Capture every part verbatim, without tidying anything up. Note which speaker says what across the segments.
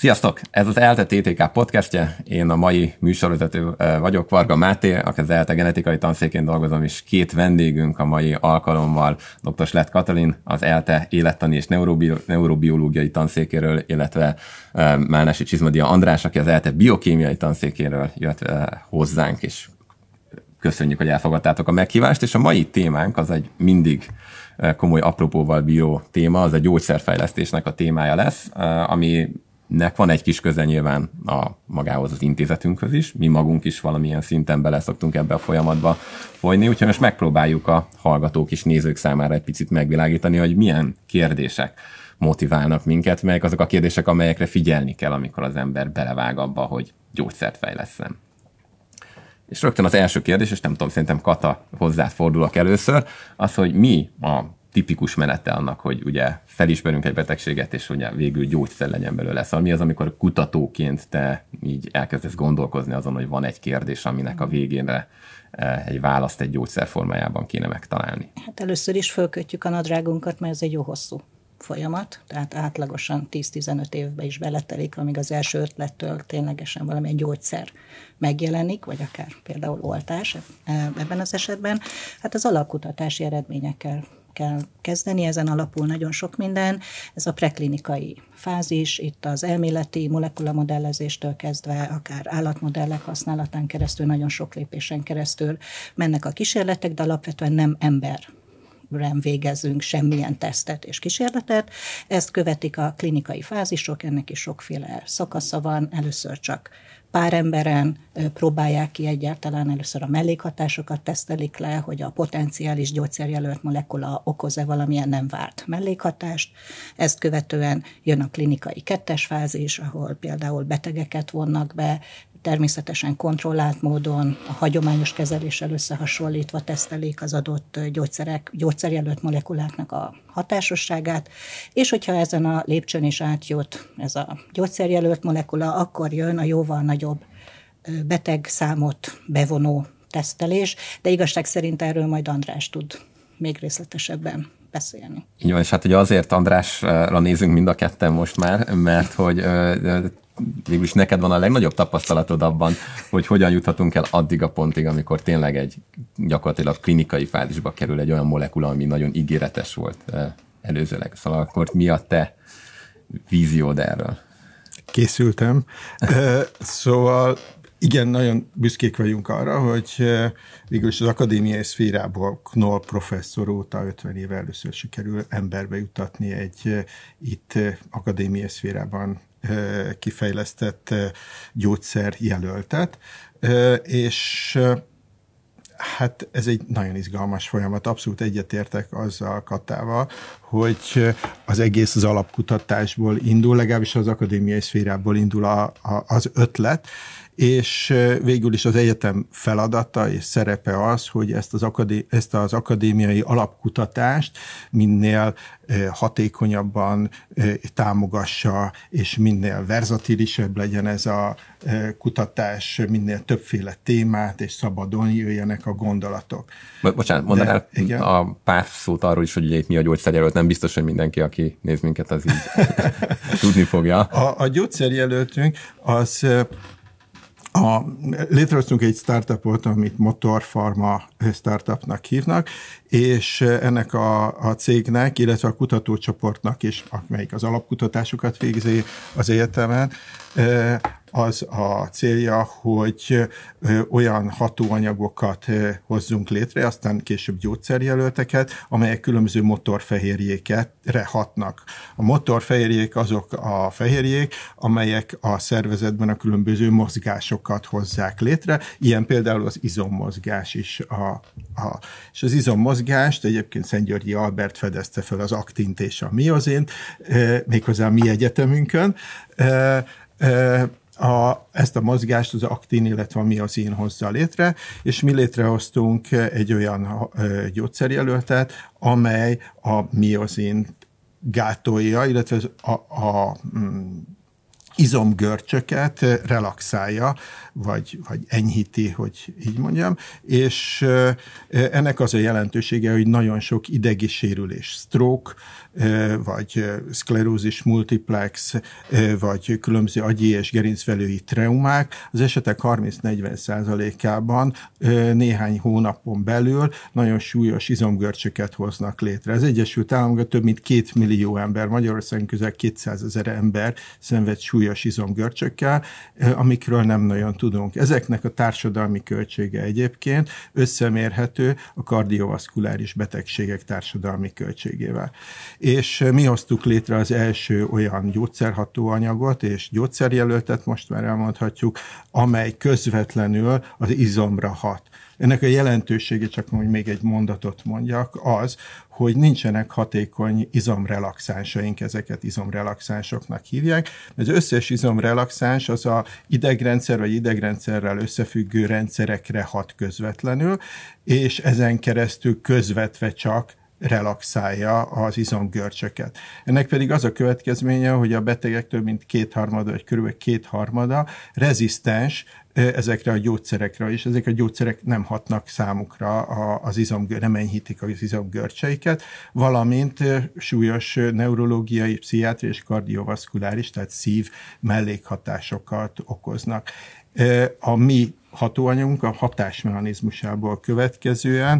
Speaker 1: Sziasztok! Ez az ELTE té té ká podcastje. Én a mai műsorvezető vagyok, Varga Máté, aki az ELTE genetikai tanszékén dolgozom, és két vendégünk a mai alkalommal dr. Slett Katalin, az ELTE élettani és neurobi- neurobiológiai tanszékéről, illetve Málnási Csizmadia András, aki az ELTE biokémiai tanszékéről jött hozzánk, és köszönjük, hogy elfogadtátok a meghívást, és a mai témánk az egy mindig komoly apropóval bíró téma, az a gyógyszerfejlesztésnek a témája lesz, ami nek van egy kis köze nyilván a magához az intézetünkhöz is, mi magunk is valamilyen szinten bele szoktunk ebbe a folyamatba folyni, úgyhogy most megpróbáljuk a hallgatók és nézők számára egy picit megvilágítani, hogy milyen kérdések motiválnak minket, melyek azok a kérdések, amelyekre figyelni kell, amikor az ember belevág abba, hogy gyógyszert fejlesszen. És rögtön az első kérdés, és nem tudom, szerintem Kata, hozzád fordulok először, az, hogy mi a tipikus menete annak, hogy ugye felismerünk egy betegséget, és ugye végül gyógyszer legyen belőle. Szóval mi az, amikor kutatóként te így elkezdesz gondolkozni azon, hogy van egy kérdés, aminek a végére egy választ egy gyógyszer formájában kéne megtalálni?
Speaker 2: Hát először is fölkötjük a nadrágunkat, mert ez egy jó hosszú folyamat, tehát átlagosan tíz-tizenöt évbe is beletelik, amíg az első ötlettől ténylegesen valamilyen gyógyszer megjelenik, vagy akár például oltás ebben az esetben. Hát az alapkutatási eredményekkel kell kezdeni, ezen alapul nagyon sok minden. Ez a preklinikai fázis, itt az elméleti molekulamodellezéstől kezdve, akár állatmodellek használatán keresztül, nagyon sok lépésen keresztül mennek a kísérletek, de alapvetően nem ember rám végezünk semmilyen tesztet és kísérletet. Ezt követik a klinikai fázisok, ennek is sokféle szakasza van. Először csak pár emberen próbálják ki egyáltalán, először a mellékhatásokat tesztelik le, hogy a potenciális gyógyszerjelölt molekula okoz-e valamilyen nem várt mellékhatást. Ezt követően jön a klinikai kettes fázis, ahol például betegeket vonnak be, természetesen kontrollált módon, a hagyományos kezeléssel összehasonlítva tesztelik az adott gyógyszerek, gyógyszerjelölt molekuláknak a hatásosságát, és hogyha ezen a lépcsőn is átjut ez a gyógyszerjelölt molekula, akkor jön a jóval nagyobb betegszámot bevonó tesztelés, de igazság szerint erről majd András tud még részletesebben beszélni.
Speaker 1: Így van, és hát ugye azért Andrásra nézünk mind a ketten most már, mert hogy végülis neked van a legnagyobb tapasztalatod abban, hogy hogyan juthatunk el addig a pontig, amikor tényleg egy gyakorlatilag klinikai fázisba kerül egy olyan molekula, ami nagyon ígéretes volt előzőleg. Szóval akkor mi a te víziód erről?
Speaker 3: Készültem. Szóval igen, nagyon büszkék vagyunk arra, hogy végülis az akadémiai szférából Knoll professzor óta ötven éve először sikerül emberbe jutatni egy itt akadémiai szférában kifejlesztett gyógyszerjelöltet, és hát ez egy nagyon izgalmas folyamat. Abszolút egyetértek azzal Katával, hogy az egész az alapkutatásból indul, legalábbis az akadémiai szférából indul a, a, az ötlet, és végül is az egyetem feladata és szerepe az, hogy ezt az, akadé- ezt az akadémiai alapkutatást minél hatékonyabban támogassa, és minél verzatilisebb legyen ez a kutatás, minél többféle témát, és szabadon jöjjenek a gondolatok.
Speaker 1: Bocsánat, mondd el a pár szót arról is, hogy ugye itt mi a gyógyszerjelölt, nem biztos, hogy mindenki, aki néz minket, az így tudni fogja.
Speaker 3: A, a gyógyszerjelöltünk az... A, létrehoztunk egy startupot, amit Motor Pharma startupnak hívnak, és ennek a, a cégnek, illetve a kutatócsoportnak is, amelyik az alapkutatásokat végzi az egyetemen, az a célja, hogy olyan hatóanyagokat hozzunk létre, aztán később gyógyszerjelölteket, amelyek különböző motorfehérjékre hatnak. A motorfehérjék azok a fehérjék, amelyek a szervezetben a különböző mozgásokat hozzák létre, ilyen például az izommozgás is. A, a, és az izommozgást egyébként Szent-Györgyi Albert fedezte fel az aktint és a miozint, méghozzá a mi egyetemünkön. A, ezt a mozgást az aktin, illetve a miozin hozza létre, és mi létrehoztunk egy olyan gyógyszerjelöltet, amely a miozin gátolja, illetve a, a, izomgörcsöket relaxálja, vagy, vagy enyhíti, hogy így mondjam, és ennek az a jelentősége, hogy nagyon sok idegi sérülés, stroke, vagy szklerózis multiplex, vagy különböző agyi és gerincvelői traumák az esetek harminc-negyven százalékában néhány hónapon belül nagyon súlyos izomgörcsöket hoznak létre. Az Egyesült Államokban több mint két millió ember, Magyarországon közel kétszázezer ember szenved súlyos izomgörcsökkel, amikről nem nagyon tudunk. Ezeknek a társadalmi költsége egyébként összemérhető a kardiovaszkuláris betegségek társadalmi költségével. És mi hoztuk létre az első olyan gyógyszerhatóanyagot és gyógyszerjelöltet, most már elmondhatjuk, amely közvetlenül az izomra hat. Ennek a jelentősége, csak hogy még egy mondatot mondjak, az, hogy nincsenek hatékony izomrelaxánsaink, ezeket izomrelaxánsoknak hívják. Az összes izomrelaxáns az a idegrendszer vagy idegrendszerrel összefüggő rendszerekre hat közvetlenül, és ezen keresztül közvetve csak relaxálja az izomgörcsöket. Ennek pedig az a következménye, hogy a betegek több mint kétharmada, vagy körülbelül kétharmada rezisztens ezekre a gyógyszerekre is. Ezek a gyógyszerek nem hatnak számukra az izomgör, nem enyhítik az izomgörcseiket, valamint súlyos neurológiai, pszichiátriai és kardiovaszkuláris, tehát szív mellékhatásokat okoznak. A mi hatóanyagunk a hatásmechanizmusából következően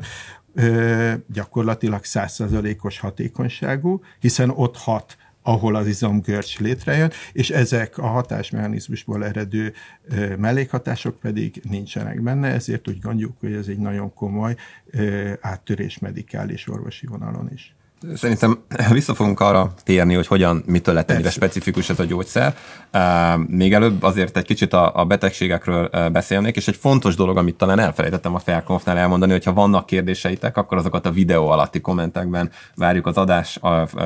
Speaker 3: gyakorlatilag száz százalékos hatékonyságú, hiszen ott hat, ahol az izomgörcs létrejön, és ezek a hatásmechanizmusból eredő mellékhatások pedig nincsenek benne, ezért úgy gondoljuk, hogy ez egy nagyon komoly áttörés medikális orvosi vonalon is.
Speaker 1: Szerintem vissza fogunk arra térni, hogy hogyan, mitől lett ennyire specifikus ez a gyógyszer. Még előbb azért egy kicsit a, a betegségekről beszélnék, és egy fontos dolog, amit talán elfelejtettem a Felkonfnál elmondani, hogyha vannak kérdéseitek, akkor azokat a videó alatti kommentekben várjuk az adás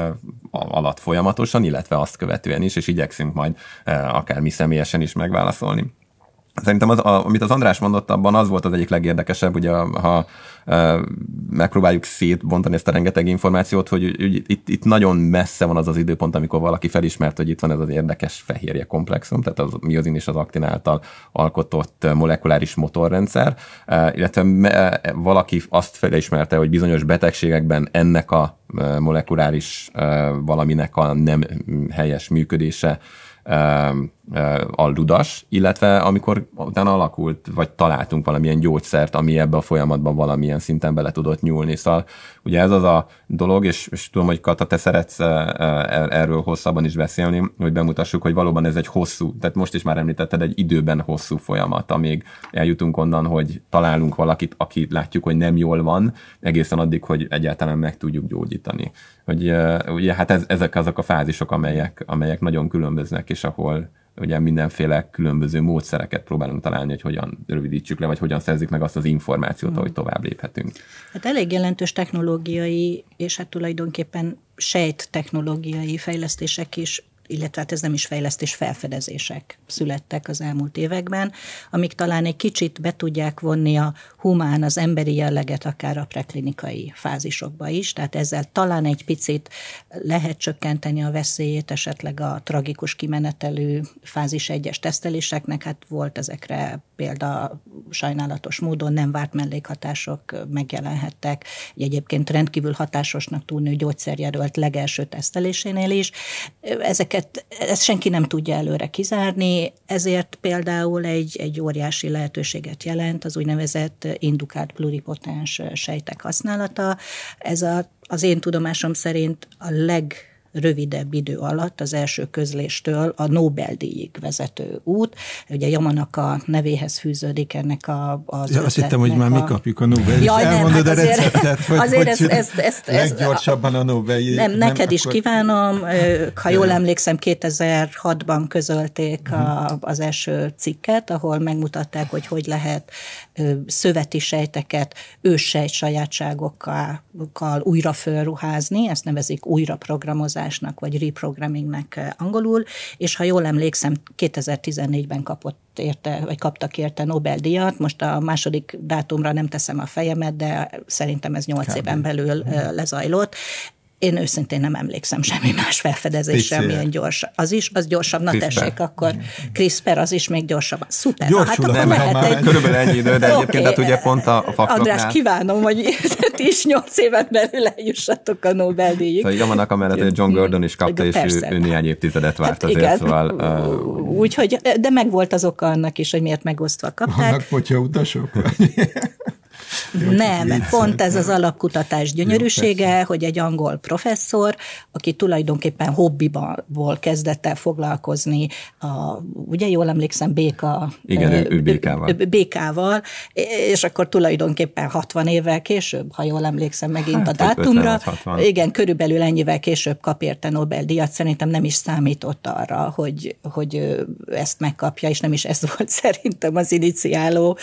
Speaker 1: alatt folyamatosan, illetve azt követően is, és igyekszünk majd akár mi személyesen is megválaszolni. Szerintem az, a, amit az András mondott, abban az volt az egyik legérdekesebb, ugye ha e, megpróbáljuk szétbontani ezt a rengeteg információt, hogy úgy, itt, itt nagyon messze van az az időpont, amikor valaki felismert, hogy itt van ez az érdekes fehérje komplexum, tehát az miozin és az aktin által alkotott molekuláris motorrendszer, e, illetve me, valaki azt felismerte, hogy bizonyos betegségekben ennek a molekuláris e, valaminek a nem helyes működése a ludas, illetve amikor utána alakult, vagy találtunk valamilyen gyógyszert, ami ebbe a folyamatban valamilyen szinten bele tudott nyúlni. Szóval ugye ez az a dolog, és, és tudom, hogy Kata, te szeretsz erről hosszabban is beszélni, hogy bemutassuk, hogy valóban ez egy hosszú, tehát most is már említetted, egy időben hosszú folyamat, amíg eljutunk onnan, hogy találunk valakit, aki látjuk, hogy nem jól van, egészen addig, hogy egyáltalán meg tudjuk gyógyítani. Hogy ugye hát ez, ezek azok a fázisok, amelyek, amelyek nagyon különböznek, és ahol ugye mindenféle különböző módszereket próbálunk találni, hogy hogyan rövidítsük le, vagy hogyan szerzik meg azt az információt, hmm. ahogy tovább léphetünk.
Speaker 2: Hát elég jelentős technológiai, és hát tulajdonképpen sejttechnológiai fejlesztések is, illetve hát ez nem is fejlesztés, felfedezések születtek az elmúlt években, amik talán egy kicsit be tudják vonni a humán, az emberi jelleget akár a preklinikai fázisokba is, tehát ezzel talán egy picit lehet csökkenteni a veszélyét esetleg a tragikus kimenetelő fázis egyes teszteléseknek, hát volt ezekre példa sajnálatos módon nem várt mellékhatások megjelenhettek, egyébként rendkívül hatásosnak túlnő gyógyszerjelölt legelső tesztelésénél is. Ezeket, ezt senki nem tudja előre kizárni, ezért például egy, egy óriási lehetőséget jelent az úgynevezett indukált pluripotens sejtek használata. Ez a, az én tudomásom szerint a leg rövidebb idő alatt az első közléstől a Nobel-díjig vezető út. Ugye Yamanaka nevéhez fűződik ennek a, az
Speaker 3: ja, azt hittem, hogy már
Speaker 2: a...
Speaker 3: mi kapjuk a Nobel-díjat.
Speaker 2: Jaj,
Speaker 3: elmondod
Speaker 2: nem, hát
Speaker 3: a receptet, hogy,
Speaker 2: azért
Speaker 3: hogy
Speaker 2: ezt, ezt, ezt, ezt,
Speaker 3: leggyorsabban a Nobel-díjat.
Speaker 2: Nem, nem, neked is
Speaker 3: akkor...
Speaker 2: kívánom. Ha jól emlékszem, kétezer-hatban közölték a, az első cikket, ahol megmutatták, hogy hogy lehet szöveti sejteket őssejt sajátságokkal újra fölruházni, ezt nevezik újraprogramozásnak, vagy reprogrammingnek angolul, és ha jól emlékszem, kétezer-tizennégyben kapott érte, vagy kaptak érte Nobel-díjat, most a második dátumra nem teszem a fejemet, de szerintem ez nyolc éven belül lezajlott. Én őszintén nem emlékszem semmi más felfedezésre, milyen gyors. Az is, az gyorsabb. Na CRISPR. Tessék, akkor CRISPR, az is még gyorsabb. Szuper.
Speaker 3: Gyorsul,
Speaker 2: hát
Speaker 1: nem, lehet egy... Körülbelül ennyi idő, de egyébként okay. Tehát ugye pont a, a faktoroknál...
Speaker 2: András, kívánom, hogy ti is nyolc évet belül eljussatok a Nobel-díjig.
Speaker 1: Szóval így vannak amellett, hogy John Gordon is kapta, és ő, ő néhány évtizedet várt hát azért. Igen. Szóval, uh...
Speaker 2: Úgyhogy, de megvolt az oka annak is, hogy miért megosztva kapták.
Speaker 3: Vannak potyautasok?
Speaker 2: Jó, nem, pont ez az alapkutatás gyönyörűsége, jó, hogy egy angol professzor, aki tulajdonképpen hobbiból kezdett el foglalkozni, a, ugye jól emlékszem, béka,
Speaker 1: igen, ő, ő békával.
Speaker 2: békával, és akkor tulajdonképpen hatvan évvel később, ha jól emlékszem megint hát, a dátumra, ötven, igen, körülbelül ennyivel később kap érte Nobel-díjat, szerintem nem is számított arra, hogy, hogy ezt megkapja, és nem is ez volt szerintem az iniciáló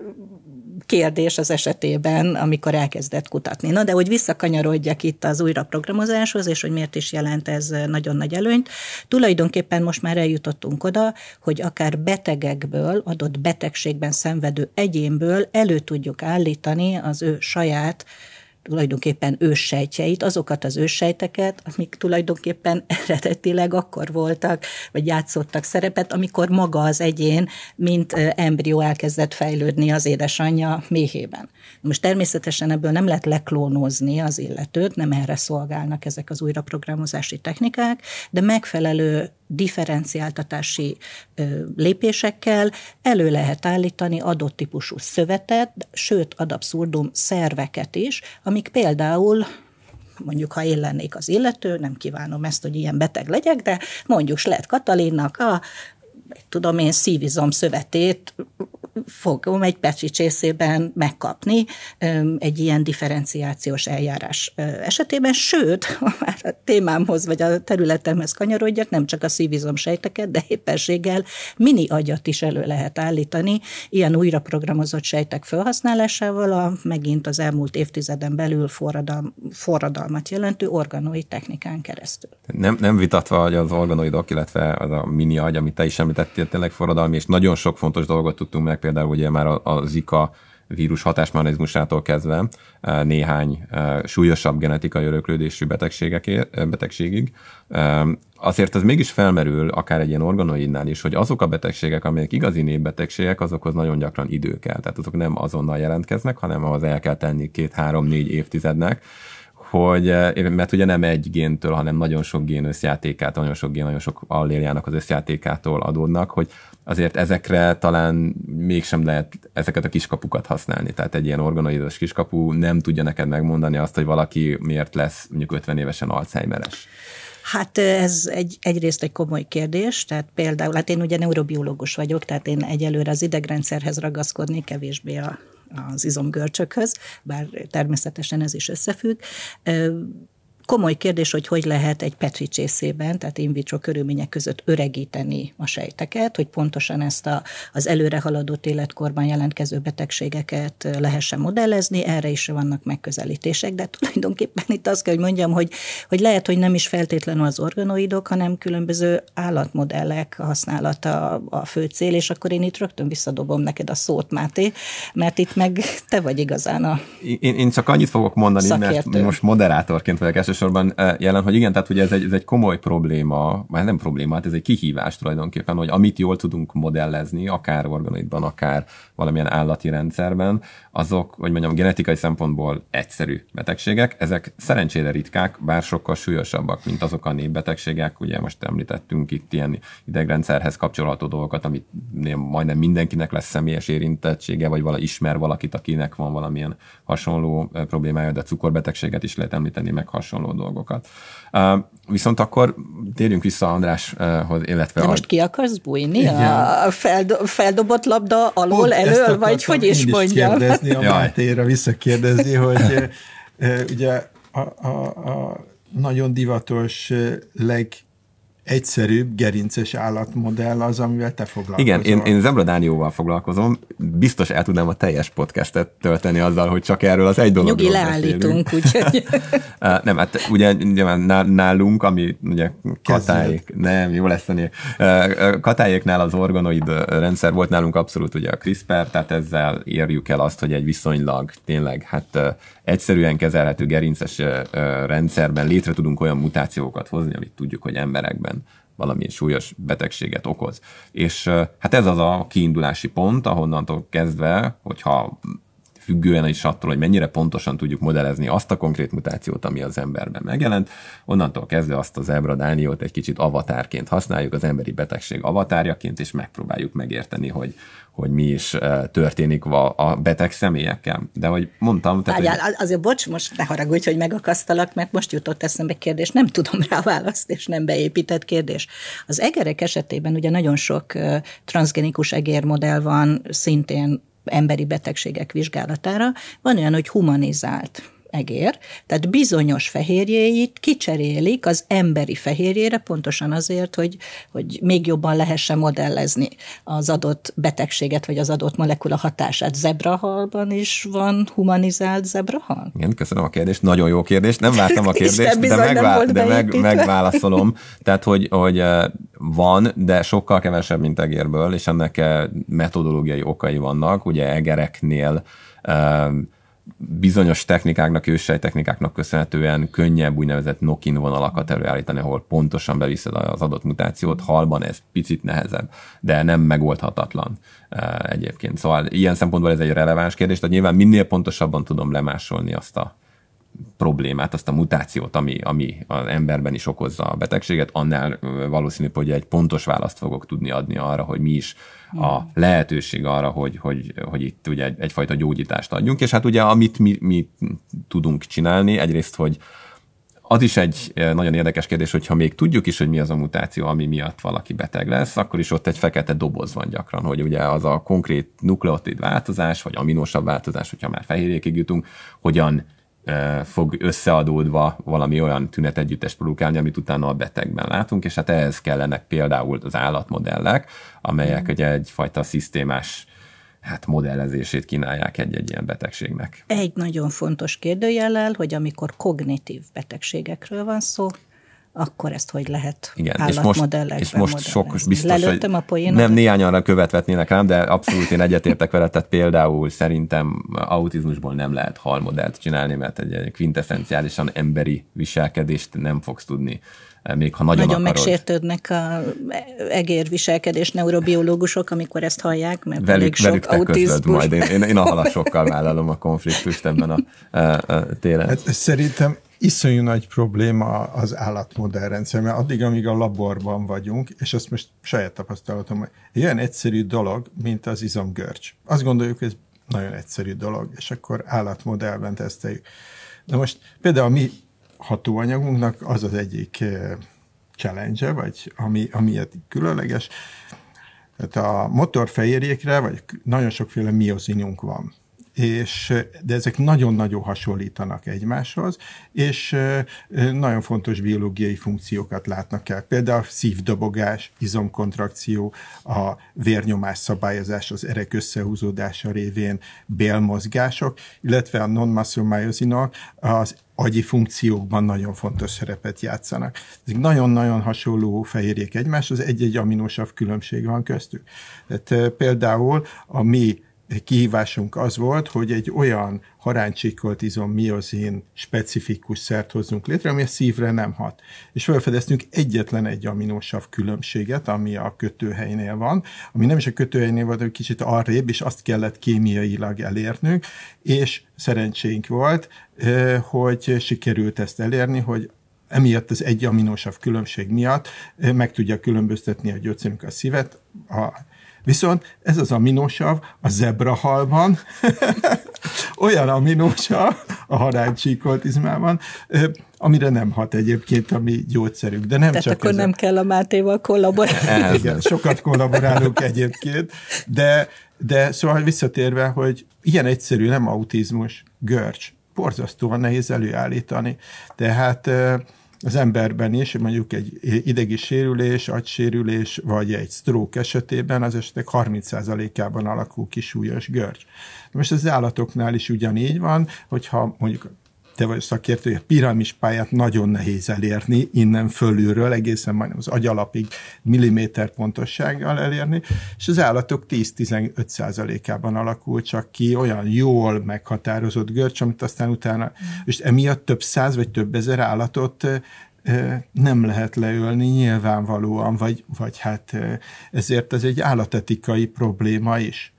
Speaker 2: kérdés az esetében, amikor elkezdett kutatni. Na, de hogy visszakanyarodjak itt az újraprogramozáshoz, és hogy miért is jelent ez nagyon nagy előnyt, tulajdonképpen most már eljutottunk oda, hogy akár betegekből, adott betegségben szenvedő egyénből elő tudjuk állítani az ő saját tulajdonképpen őssejtjeit, azokat az őssejteket, amik tulajdonképpen eredetileg akkor voltak, vagy játszottak szerepet, amikor maga az egyén, mint embrió elkezdett fejlődni az édesanyja méhében. Most természetesen ebből nem lehet leklónozni az illetőt, nem erre szolgálnak ezek az újraprogramozási technikák, de megfelelő differenciáltatási ö, lépésekkel elő lehet állítani adott típusú szövetet, sőt ad abszurdum szerveket is, amik például, mondjuk ha én lennék az illető, nem kívánom ezt, hogy ilyen beteg legyek, de mondjuk Slett Katalinnak a tudom én, szívizom szövetét fogom egy Petri csészében megkapni egy ilyen differenciációs eljárás esetében, sőt, ha már a témámhoz vagy a területemhez kanyarodjak, nem csak a szívizom sejteket, de éppenséggel mini agyat is elő lehet állítani, ilyen újra programozott sejtek felhasználásával a megint az elmúlt évtizeden belül forradal, forradalmat jelentő organoid technikán keresztül.
Speaker 1: Nem, nem vitatva, hogy az organoidok, illetve az a mini agy, amit te is említettél, tényleg forradalmi, és nagyon sok fontos dolgot tudtunk meg, például ugye már a, a Zika vírus hatásmechanizmusától kezdve néhány súlyosabb genetikai öröklődésű betegségig. Azért ez mégis felmerül, akár egy ilyen organoidnál is, hogy azok a betegségek, amelyek igazi népbetegségek, azokhoz nagyon gyakran idő kell. Tehát azok nem azonnal jelentkeznek, hanem ahhoz el kell tenni két, három, négy évtizednek, hogy, mert ugye nem egy géntől, hanem nagyon sok gén összjátékát, nagyon sok gén, nagyon sok alléljának az összjátékától adódnak, hogy azért ezekre talán mégsem lehet ezeket a kiskapukat használni. Tehát egy ilyen organoidos kiskapu nem tudja neked megmondani azt, hogy valaki miért lesz mondjuk ötven évesen Alzheimeres.
Speaker 2: Hát ez egy, egyrészt egy komoly kérdés, tehát például, hát én ugye neurobiológus vagyok, tehát én egyelőre az idegrendszerhez ragaszkodni, kevésbé a az izomgörcsökhöz, bár természetesen ez is összefügg. Komoly kérdés, hogy hogy lehet egy Petri csészében, tehát in vitro körülmények között öregíteni a sejteket, hogy pontosan ezt a, az előre haladott életkorban jelentkező betegségeket lehessen modellezni, erre is vannak megközelítések, de tulajdonképpen itt azt kell, hogy mondjam, hogy, hogy lehet, hogy nem is feltétlenül az organoidok, hanem különböző állatmodellek használata a fő cél, és akkor én itt rögtön visszadobom neked a szót, Máté, mert itt meg te vagy igazán a
Speaker 1: Én, én csak annyit fogok mondani, szakértő. Mert most moderátorként vagyok elsősorban jelen, hogy igen, tehát ugye ez egy, ez egy komoly probléma, már nem probléma, hát ez egy kihívás tulajdonképpen, hogy amit jól tudunk modellezni, akár organoidban, akár valamilyen állati rendszerben, azok, hogy mondjam, genetikai szempontból egyszerű betegségek, ezek szerencsére ritkák, bár sokkal súlyosabbak, mint azok a népbetegségek, ugye most említettünk itt ilyen idegrendszerhez kapcsolható dolgokat, amit majdnem mindenkinek lesz személyes érintettsége, vagy vala ismer valakit, akinek van valamilyen hasonló problémája, de cukorbetegséget is lehet említeni, meg hasonló dolgokat. Uh, viszont akkor térjünk vissza Andráshoz, illetve...
Speaker 2: De most a... ki akarsz bújni? Igen. A feldo- feldobott labda alól, elől, vagy hogy is mondjam?
Speaker 3: Kérdezni, a Mátéra visszakérdezni, hogy ugye a, a, a nagyon divatos, egyszerűbb, gerinces állatmodell az, amivel te foglalkozol.
Speaker 1: Igen, én, én zebradánióval foglalkozom, biztos el tudnám a teljes podcastet tölteni azzal, hogy csak erről az egy dologról
Speaker 2: Nyugi, leállítunk, úgyhogy...
Speaker 1: Nem, hát ugye, ugye nálunk, ami ugye katályék, nem, jó lesz tenni, katályéknál az organoid rendszer volt, nálunk abszolút ugye a CRISPR, tehát ezzel érjük el azt, hogy egy viszonylag tényleg hát egyszerűen kezelhető gerinces rendszerben létre tudunk olyan mutációkat hozni, amit tudjuk, hogy emberekben valamilyen súlyos betegséget okoz. És hát ez az a kiindulási pont, ahonnantól kezdve, hogyha függően is attól, hogy mennyire pontosan tudjuk modellezni azt a konkrét mutációt, ami az emberben megjelent, onnantól kezdve azt a zebradániót egy kicsit avatárként használjuk, az emberi betegség avatárjaként, és megpróbáljuk megérteni, hogy, hogy mi is történik a beteg személyekkel. De hogy mondtam... Tehát,
Speaker 2: Ágyál,
Speaker 1: hogy...
Speaker 2: azért bocs, most ne haragudj, hogy megakasztalak, mert most jutott eszembe kérdés, nem tudom rá választ, és nem beépített kérdés. Az egerek esetében ugye nagyon sok uh, transzgenikus egérmodell van, szintén emberi betegségek vizsgálatára. Van olyan, hogy humanizált egér, tehát bizonyos fehérjéit kicserélik az emberi fehérjére, pontosan azért, hogy, hogy még jobban lehessen modellezni az adott betegséget, vagy az adott molekula hatását. Zebrahalban is van humanizált zebrahal?
Speaker 1: Igen, köszönöm a kérdést, nagyon jó kérdés, nem vártam a kérdést, de, megvá- de meg, megválaszolom. Tehát, hogy, hogy van, de sokkal kevesebb, mint egérből, és ennek metodológiai okai vannak. Ugye egereknél bizonyos technikáknak, őssejtechnikáknak köszönhetően könnyebb úgynevezett knock-in vonalakat előállítani, ahol pontosan beviszed az adott mutációt. Halban ez picit nehezebb, de nem megoldhatatlan egyébként. Szóval ilyen szempontból ez egy releváns kérdés, tehát nyilván minél pontosabban tudom lemásolni azt a problémát, azt a mutációt, ami, ami az emberben is okozza a betegséget, annál valószínűbb, hogy egy pontos választ fogok tudni adni arra, hogy mi is a lehetőség arra, hogy, hogy, hogy itt ugye egy, egyfajta gyógyítást adjunk, és hát ugye amit mi, mi tudunk csinálni, egyrészt, hogy az is egy nagyon érdekes kérdés, hogyha még tudjuk is, hogy mi az a mutáció, ami miatt valaki beteg lesz, akkor is ott egy fekete doboz van gyakran, hogy ugye az a konkrét nukleotid változás, vagy aminósabb változás, hogyha már fehérjékig jutunk, hogyan fog összeadódva valami olyan tünetegyüttest produkálni, amit utána a betegben látunk, és hát ehhez kellenek például az állatmodellek, amelyek mm. ugye egyfajta szisztémás hát modellezését kínálják egy-egy ilyen betegségnek.
Speaker 2: Egy nagyon fontos kérdőjellel, hogy amikor kognitív betegségekről van szó, akkor ezt hogy lehet állatmodellekben
Speaker 1: és most sok biztos,
Speaker 2: Lelőttem a poénot?
Speaker 1: Nem, néhányan követvetnének rám, de abszolút én egyetértek vele, tehát például szerintem autizmusból nem lehet halmodellt csinálni, mert egy kvintesszenciálisan emberi viselkedést nem fogsz tudni, még ha nagyon,
Speaker 2: nagyon
Speaker 1: akarod.
Speaker 2: Megsértődnek a egérviselkedés neurobiológusok, amikor ezt hallják, mert
Speaker 1: velük,
Speaker 2: elég sok
Speaker 1: velük te
Speaker 2: autizmus.
Speaker 1: majd, én, én, én a halasokkal vállalom a konfliktust ebben a, a, a téren.
Speaker 3: Hát, szerintem iszonyú nagy probléma az állatmodellrendszer, mert addig, amíg a laborban vagyunk, és azt most saját tapasztalatom, hogy egy olyan egyszerű dolog, mint az izomgörcs. Azt gondoljuk, hogy ez nagyon egyszerű dolog, és akkor állatmodellben teszteljük. De most például a mi hatóanyagunknak az az egyik challenge, vagy ami, ami különleges, tehát a motorfehérjékre, vagy nagyon sokféle miozinunk van. És, de ezek nagyon-nagyon hasonlítanak egymáshoz, és nagyon fontos biológiai funkciókat látnak el. Például a szívdobogás, izomkontrakció, a vérnyomás szabályozás, az erek összehúzódása révén bélmozgások, illetve a non-muscle myosinok az agyi funkciókban nagyon fontos szerepet játszanak. Ezek nagyon-nagyon hasonló fehérjék egymáshoz, egy-egy aminósav különbség van köztük. Tehát például a mi kihívásunk az volt, hogy egy olyan haránycsíkolt izommiozin specifikus szert hozzunk létre, ami a szívre nem hat. És felfedeztünk egyetlen egy aminósav különbséget, ami a kötőhelynél van, ami nem is a kötőhelynél van, hogy kicsit arrébb, és azt kellett kémiailag elérnünk, és szerencsénk volt, hogy sikerült ezt elérni, hogy emiatt az egy aminósav különbség miatt meg tudja különböztetni a gyógyszerünk a szívet, a Viszont ez az aminósav a zebrahalban, olyan aminósav a haránycsíkolt izmában, amire nem hat egyébként a mi gyógyszerünk. De nem
Speaker 2: Tehát
Speaker 3: csak
Speaker 2: akkor
Speaker 3: ez
Speaker 2: nem
Speaker 3: a...
Speaker 2: kell a Mátéval kollaborálni.
Speaker 3: Igen, sokat kollaborálunk egyébként, de, de szóval visszatérve, hogy ilyen egyszerű, nem autizmus, görcs, borzasztóan nehéz előállítani. Tehát az emberben is, mondjuk egy idegi sérülés, agysérülés, vagy egy stroke esetében az esetek harminc százalékában alakul ki súlyos görcs. Most az állatoknál is ugyanígy van, hogyha mondjuk te vagy szakértő, hogy a piramispályát nagyon nehéz elérni, innen fölülről, egészen majdnem az agyalapig milliméter pontossággal elérni, és az állatok tíz-tizenöt százalékában alakul csak ki olyan jól meghatározott görcs, amit aztán utána, és emiatt több száz vagy több ezer állatot nem lehet leölni nyilvánvalóan, vagy, vagy hát ezért ez egy állatetikai probléma is.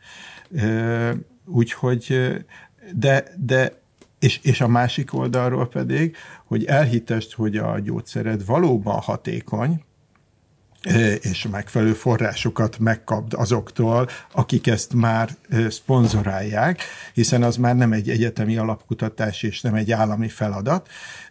Speaker 3: Úgyhogy, de, de És, és a másik oldalról pedig, hogy elhitest, hogy a gyógyszered valóban hatékony, és megfelelő forrásokat megkapd azoktól, akik ezt már szponzorálják, hiszen az már nem egy egyetemi alapkutatás, és nem egy állami feladat.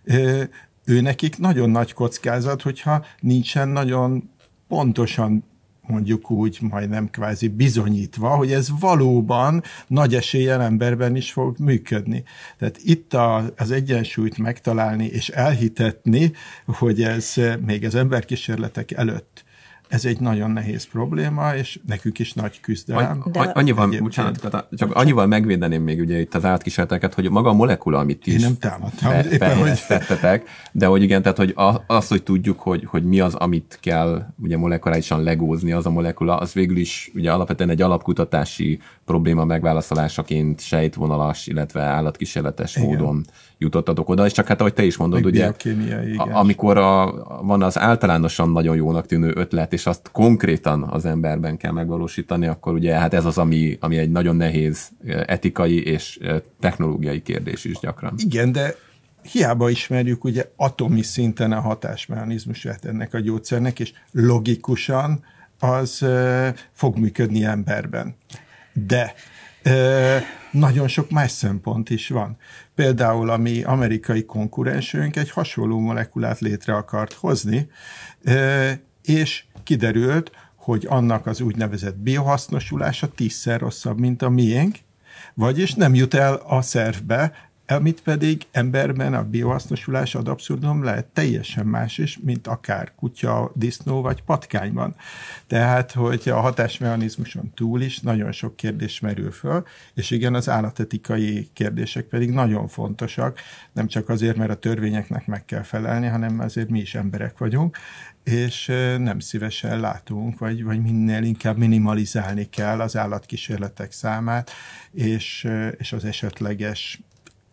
Speaker 3: Ő nekik nagyon nagy kockázat, hogyha nincsen nagyon pontosan mondjuk úgy majdnem kvázi bizonyítva, hogy ez valóban nagy eséllyel emberben is fog működni. Tehát itt a, az egyensúlyt megtalálni és elhitetni, hogy ez még az emberkísérletek előtt ez egy nagyon nehéz probléma, és nekünk is nagy küzdelem.
Speaker 1: De annyival, bocsánat, csak annyival megvédeném még ugye itt az állatkísérleteket, hogy maga a molekula, amit is fejlesztettetek, de hogy igen, tehát hogy az, hogy tudjuk, hogy, hogy mi az, amit kell ugye molekulárisan legózni, az a molekula, az végül is ugye alapvetően egy alapkutatási probléma megválaszolásaként sejtvonalas, illetve állatkísérletes igen. módon jutottatok oda, és csak hát ahogy te is mondod,
Speaker 3: meg
Speaker 1: ugye,
Speaker 3: a,
Speaker 1: amikor a, van az általánosan nagyon jónak tűnő ötlet, és azt konkrétan az emberben kell megvalósítani, akkor ugye hát ez az, ami, ami egy nagyon nehéz etikai és technológiai kérdés is gyakran.
Speaker 3: Igen, de hiába ismerjük ugye atomi szinten a hatásmechanizmusát ennek a gyógyszernek, és logikusan az uh, fog működni emberben. De uh, nagyon sok más szempont is van. Például a mi amerikai konkurensünk egy hasonló molekulát létre akart hozni, uh, és kiderült, hogy annak az úgynevezett biohasznosulása tízszer rosszabb, mint a miénk, vagyis nem jut el a szervbe, amit pedig emberben a biohasznosulás ad abszurdum lehet teljesen más is, mint akár kutya, disznó vagy patkányban. Tehát, hogy a hatásmechanizmuson túl is nagyon sok kérdés merül föl, és igen, az állatetikai kérdések pedig nagyon fontosak, nem csak azért, mert a törvényeknek meg kell felelni, hanem azért mi is emberek vagyunk, és nem szívesen látunk, vagy, vagy minél inkább minimalizálni kell az állatkísérletek számát, és, és az esetleges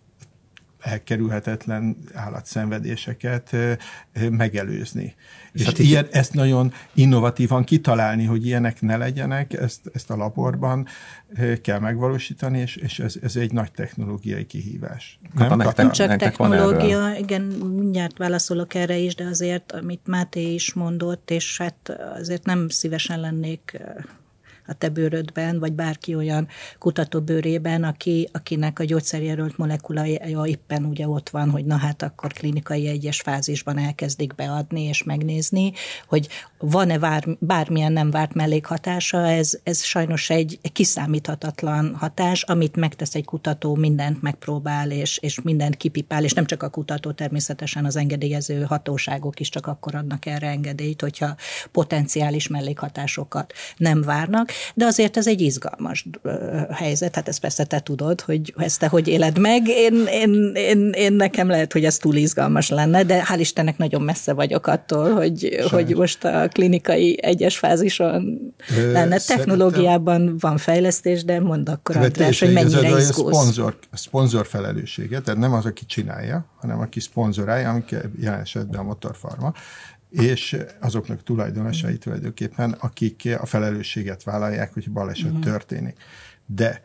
Speaker 3: elkerülhetetlen állatszenvedéseket megelőzni. És, és hát ilyen, így... ezt nagyon innovatívan kitalálni, hogy ilyenek ne legyenek, ezt, ezt a laborban kell megvalósítani, és, és ez, ez egy nagy technológiai kihívás.
Speaker 1: Nem,
Speaker 2: nem, nem csak technológia, igen, mindjárt válaszolok erre is, de azért, amit Máté is mondott, és hát azért nem szívesen lennék a te bőrödben, vagy bárki olyan kutató bőrében, aki, akinek a gyógyszerjelölt molekulaja éppen ugye ott van, hogy na hát akkor klinikai egyes fázisban elkezdik beadni és megnézni, hogy van-e vár, bármilyen nem várt mellékhatása, ez, ez sajnos egy kiszámíthatatlan hatás, amit megtesz egy kutató, mindent megpróbál, és, és mindent kipipál, és nem csak a kutató, természetesen az engedélyező hatóságok is csak akkor adnak erre engedélyt, hogyha potenciális mellékhatásokat nem várnak, de azért ez egy izgalmas helyzet, hát ezt persze te tudod, hogy ezt te hogy éled meg, én, én, én, én nekem lehet, hogy ez túl izgalmas lenne, de hál' Istennek nagyon messze vagyok attól, hogy, hogy most a klinikai egyes fázison Ö, lenne. Technológiában van fejlesztés, de mondd akkor, András, hogy mennyire izgulsz.
Speaker 3: Szponzor, szponzor felelőssége, tehát nem az, aki csinálja, hanem aki szponzorálja, ami jelen esetben a Motorpharma, és azoknak tulajdonosai tulajdonképpen, akik a felelősséget vállalják, hogy baleset uh-huh. történik. De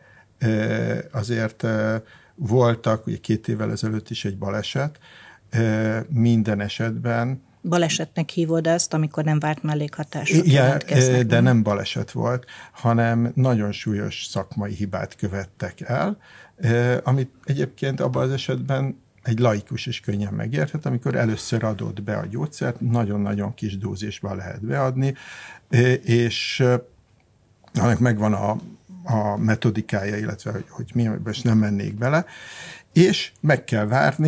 Speaker 3: azért voltak, ugye két évvel ezelőtt is egy baleset, minden esetben.
Speaker 2: Balesetnek hívod ezt, amikor nem várt mellékhatások jelentkeznek.
Speaker 3: De nem baleset volt, hanem nagyon súlyos szakmai hibát követtek el, amit egyébként abban az esetben egy laikus is könnyen megérthet, amikor először adott be a gyógyszert, nagyon-nagyon kis dózisban lehet beadni, és annak megvan a, a metodikája, illetve hogy, hogy mi, most nem mennék bele, és meg kell várni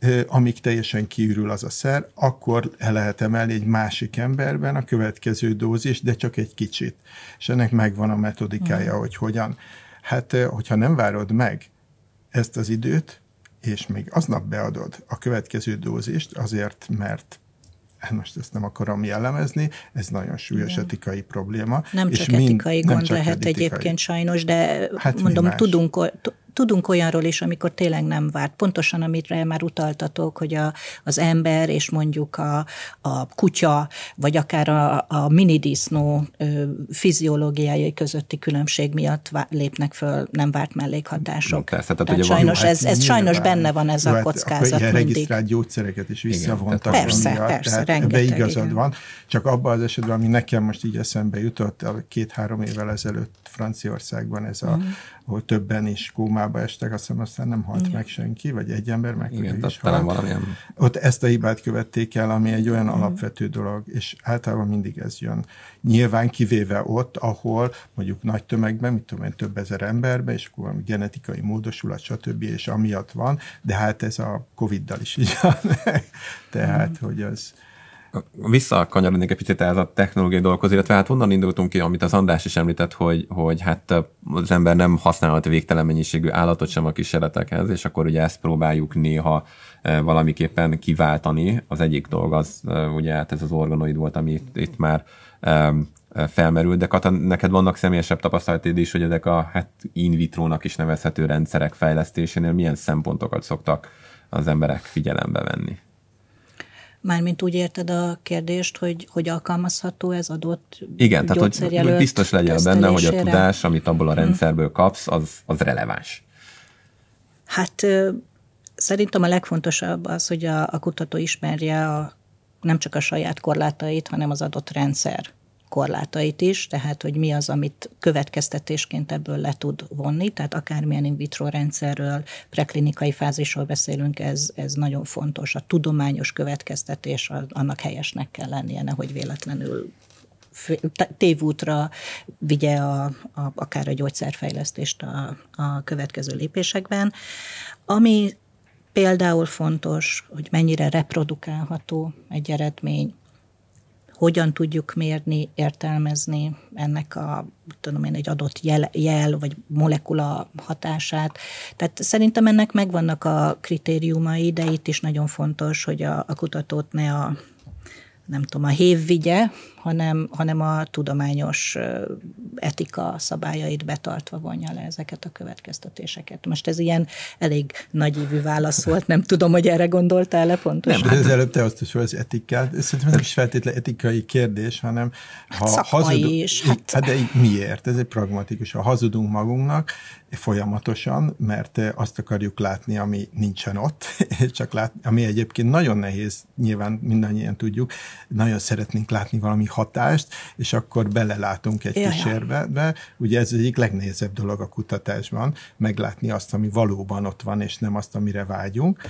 Speaker 3: amíg teljesen kiürül az a szer, akkor el lehet emelni egy másik emberben a következő dózis, de csak egy kicsit. És ennek megvan a metodikája, mm. hogy hogyan. Hát, hogyha nem várod meg ezt az időt, és még aznap beadod a következő dózist, azért, mert most ezt nem akarom jellemezni, ez nagyon súlyos Igen. etikai probléma.
Speaker 2: Nem
Speaker 3: és
Speaker 2: csak
Speaker 3: mind,
Speaker 2: etikai
Speaker 3: nem
Speaker 2: gond
Speaker 3: csak
Speaker 2: lehet
Speaker 3: etikai.
Speaker 2: Egyébként sajnos, de
Speaker 3: hát
Speaker 2: mondom, tudunk, tudunk olyanról is, amikor tényleg nem várt. Pontosan, amire már utaltatok, hogy a, az ember és mondjuk a, a kutya, vagy akár a, a minidisznó ö, fiziológiái közötti különbség miatt vá, lépnek föl nem várt mellékhatások. No, persze, tehát, tehát sajnos, ez, ez sajnos benne van ez jó, a kockázat
Speaker 3: hát,
Speaker 2: mindig.
Speaker 3: Regisztrált gyógyszereket is visszavontak.
Speaker 2: Persze, miatt,
Speaker 3: persze,
Speaker 2: rengeteg.
Speaker 3: Ebbe igazad igen. van. Csak abban az esetben, ami nekem most így eszembe jutott, két-három évvel ezelőtt Franciaországban ez a, mm. ahol többen is kómába estek, azt hiszem aztán nem halt Igen. meg senki, vagy egy ember meg
Speaker 1: Igen,
Speaker 3: is halt.
Speaker 1: Valamilyen...
Speaker 3: Ott ezt a hibát követték el, ami egy olyan mm. alapvető dolog, és általában mindig ez jön. Nyilván kivéve ott, ahol mondjuk nagy tömegben, mit tudom én, több ezer emberben, és akkor valami genetikai módosulat, stb. És amiatt van, de hát ez a Coviddal is így van. Tehát, mm. hogy az...
Speaker 1: Visszakanyarodnék egy picit ez a technológiai dolgokhoz, illetve hát honnan indultunk ki, amit az András is említett, hogy, hogy hát az ember nem használhat végtelen mennyiségű állatot sem a kísérletekhez, és akkor ugye ezt próbáljuk néha valamiképpen kiváltani. Az egyik dolog az, ugye hát ez az organoid volt, ami itt, itt már felmerült, de Kata, neked vannak személyesebb tapasztalataid is, hogy ezek a hát in vitrónak is nevezhető rendszerek fejlesztésénél milyen szempontokat szoktak az emberek figyelembe venni?
Speaker 2: Mármint úgy érted a kérdést, hogy, hogy alkalmazható ez adott
Speaker 1: Igen, tehát hogy, hogy biztos legyen benne, hogy a tudás, amit abból a rendszerből kapsz, az, az releváns.
Speaker 2: Hát szerintem a legfontosabb az, hogy a, a kutató ismerje a, nem csak a saját korlátait, hanem az adott rendszer korlátait is, tehát hogy mi az, amit következtetésként ebből le tud vonni, tehát akármilyen in vitro rendszerről, preklinikai fázisról beszélünk, ez, ez nagyon fontos. A tudományos következtetés annak helyesnek kell lennie, nehogy véletlenül tévútra vigye a, a, akár a gyógyszerfejlesztést a, a következő lépésekben. Ami például fontos, hogy mennyire reprodukálható egy eredmény, hogyan tudjuk mérni, értelmezni ennek a, tudom én, egy adott jel, jel vagy molekula hatását. Tehát szerintem ennek megvannak a kritériumai, de itt is nagyon fontos, hogy a, a kutatót ne a, nem tudom, a hév vigye, hanem, hanem a tudományos etika szabályait betartva vonja le ezeket a következtetéseket. Most ez ilyen elég nagyívű válasz volt, nem tudom, hogy erre gondoltál-e pontosan.
Speaker 3: Nem, de előbb te azt is, hogy az etikát, szerintem nem is feltétlenül etikai kérdés, hanem ha
Speaker 2: hát
Speaker 3: hazudunk,
Speaker 2: is. Hát...
Speaker 3: hát de miért? Ez egy pragmatikus. Ha hazudunk magunknak folyamatosan, mert azt akarjuk látni, ami nincsen ott, csak látni, ami egyébként nagyon nehéz, nyilván mindannyian tudjuk, nagyon szeretnénk látni valami hatást, és akkor belelátunk egy kísérletbe. De ugye ez egyik legnehezebb dolog a kutatásban, meglátni azt, ami valóban ott van, és nem azt, amire vágyunk.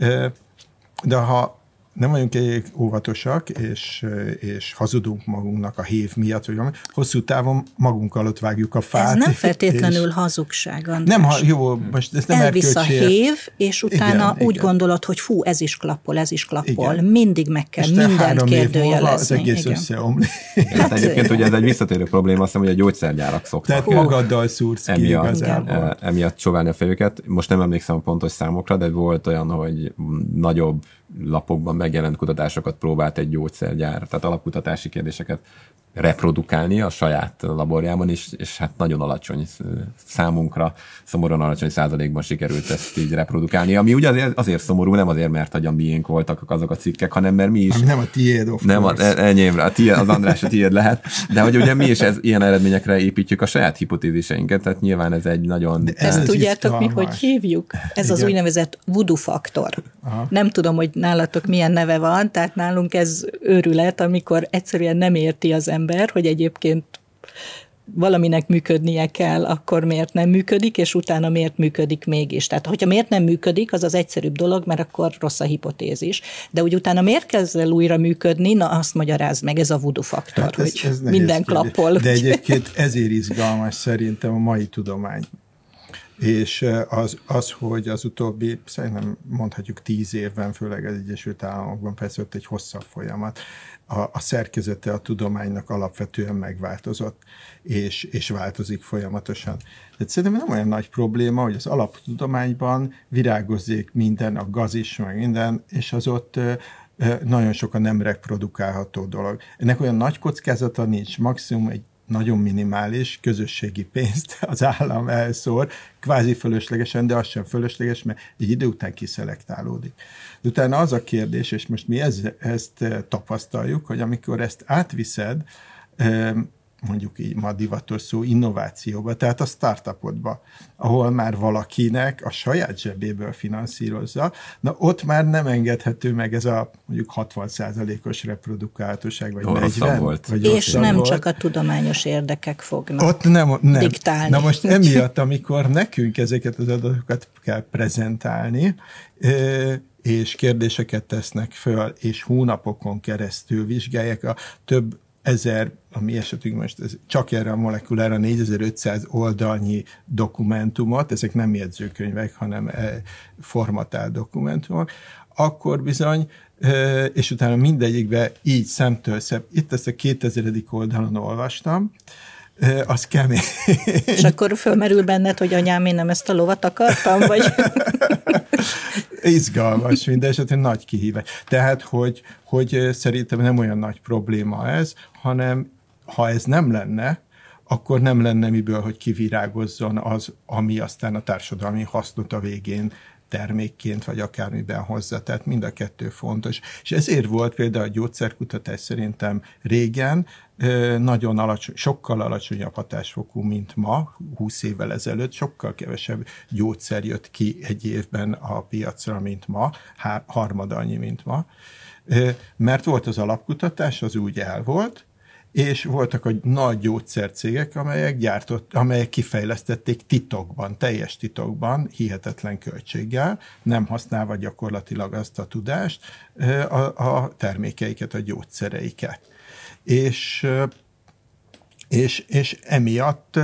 Speaker 3: De ha nem vagyunk elég óvatosak, és, és hazudunk magunknak a hév miatt, vagy hosszú távon magunk alatt vágjuk a fát.
Speaker 2: Ez nem feltétlenül és... hazugság, András.
Speaker 3: Nem, ha, jó, most ez nem
Speaker 2: elvisz a hév, és utána igen, úgy igen. gondolod, hogy fú, ez is klappol, ez is klappol. Igen. Mindig meg kell és mindent kérdőjelezni.
Speaker 3: Az egész összeomlik.
Speaker 1: Hát egyébként ugye ez egy visszatérő probléma, azt hiszem, hogy a gyógyszergyárak szoktak.
Speaker 3: Tehát magaddal szúrsz ki
Speaker 1: emiatt,
Speaker 3: igazából.
Speaker 1: Emiatt csóválni a fejüket. Most nem emlékszem a pontos számokra, de volt olyan, hogy nagyobb lapokban megjelent kutatásokat próbált egy gyógyszergyár, tehát alapkutatási kérdéseket reprodukálni a saját laborjában is, és hát nagyon alacsony számunkra, szomorúan alacsony százalékban sikerült ezt így reprodukálni, ami ugye azért, azért szomorú, nem azért, mert hogy a miénk voltak azok a cikkek, hanem mert mi is...
Speaker 3: Ami nem a tiéd, of
Speaker 1: Nem, a, enyém, a tiéd, az András a tiéd lehet, de hogy ugye mi is ez, ilyen eredményekre építjük a saját hipotéziseinket, tehát nyilván ez egy nagyon...
Speaker 2: Ezt ez tudjátok mi, hogy hívjuk? Ez igen. az úgynevezett voodoo faktor. Aha. Nem tudom, hogy nálatok milyen neve van, tehát nálunk ez őrület, amikor egyszerűen nem érti az ember, hogy egyébként valaminek működnie kell, akkor miért nem működik, és utána miért működik mégis. Tehát, hogyha miért nem működik, az az egyszerűbb dolog, mert akkor rossz a hipotézis. De úgy utána miért kezd el újra működni, na azt magyarázd meg, ez a voodoo faktor, hát ez, hogy ez minden klappol.
Speaker 3: De egyébként ezért izgalmas szerintem a mai tudomány. És az, az, hogy az utóbbi, szerintem mondhatjuk tíz évben, főleg az Egyesült Államokban, persze ott egy hosszabb folyamat, a, a szerkezete a tudománynak alapvetően megváltozott, és, és változik folyamatosan. De szerintem nem olyan nagy probléma, hogy az alaptudományban virágozzék minden, a gaz is, meg minden, és az ott nagyon sok a nem reprodukálható dolog. Ennek olyan nagy kockázata nincs, maximum egy nagyon minimális közösségi pénzt az állam elszór, kvázi fölöslegesen, de az sem fölösleges, mert egy idő után kiszelektálódik. De utána az a kérdés, és most mi ezt, ezt tapasztaljuk, hogy amikor ezt átviszed, mondjuk így ma divatos szó, innovációba, tehát a startupodba, ahol már valakinek a saját zsebéből finanszírozza, na ott már nem engedhető meg ez a mondjuk hatvan százalékos reprodukálhatóság, vagy negyven.
Speaker 1: Volt.
Speaker 2: Vagy és nem volt. Csak a tudományos érdekek fognak
Speaker 3: ott nem, nem.
Speaker 2: diktálni.
Speaker 3: Na most emiatt, amikor nekünk ezeket az adatokat kell prezentálni, és kérdéseket tesznek föl, és hónapokon keresztül vizsgálják a több ezer, a mi esetünk most ez csak erre a molekulára négyezer-ötszáz oldalnyi dokumentumot, ezek nem jegyzőkönyvek, hanem formatált dokumentumok, akkor bizony, és utána mindegyikbe így szemtől szem, itt ezt a kétezeredik oldalon olvastam, az kemény.
Speaker 2: És akkor fölmerül benned, hogy anyám, én nem ezt a lovat akartam, vagy...
Speaker 3: Izgalmas, minden esetben nagy kihívás. Tehát, hogy, hogy szerintem nem olyan nagy probléma ez, hanem ha ez nem lenne, akkor nem lenne miből, hogy kivirágozzon az, ami aztán a társadalmi hasznot a végén termékként, vagy akármiben hozza. Tehát mind a kettő fontos. És ezért volt például a gyógyszerkutatás szerintem régen nagyon alacsony, sokkal alacsonyabb hatásfokú, mint ma, húsz évvel ezelőtt, sokkal kevesebb gyógyszer jött ki egy évben a piacra, mint ma, há, harmad annyi, mint ma. Mert volt az alapkutatás, az úgy el volt, és voltak a nagy gyógyszercégek, amelyek gyártott, amelyek kifejlesztették titokban, teljes titokban, hihetetlen költséggel, nem használva gyakorlatilag azt a tudást, a, a termékeiket, a gyógyszereiket. És, és, és emiatt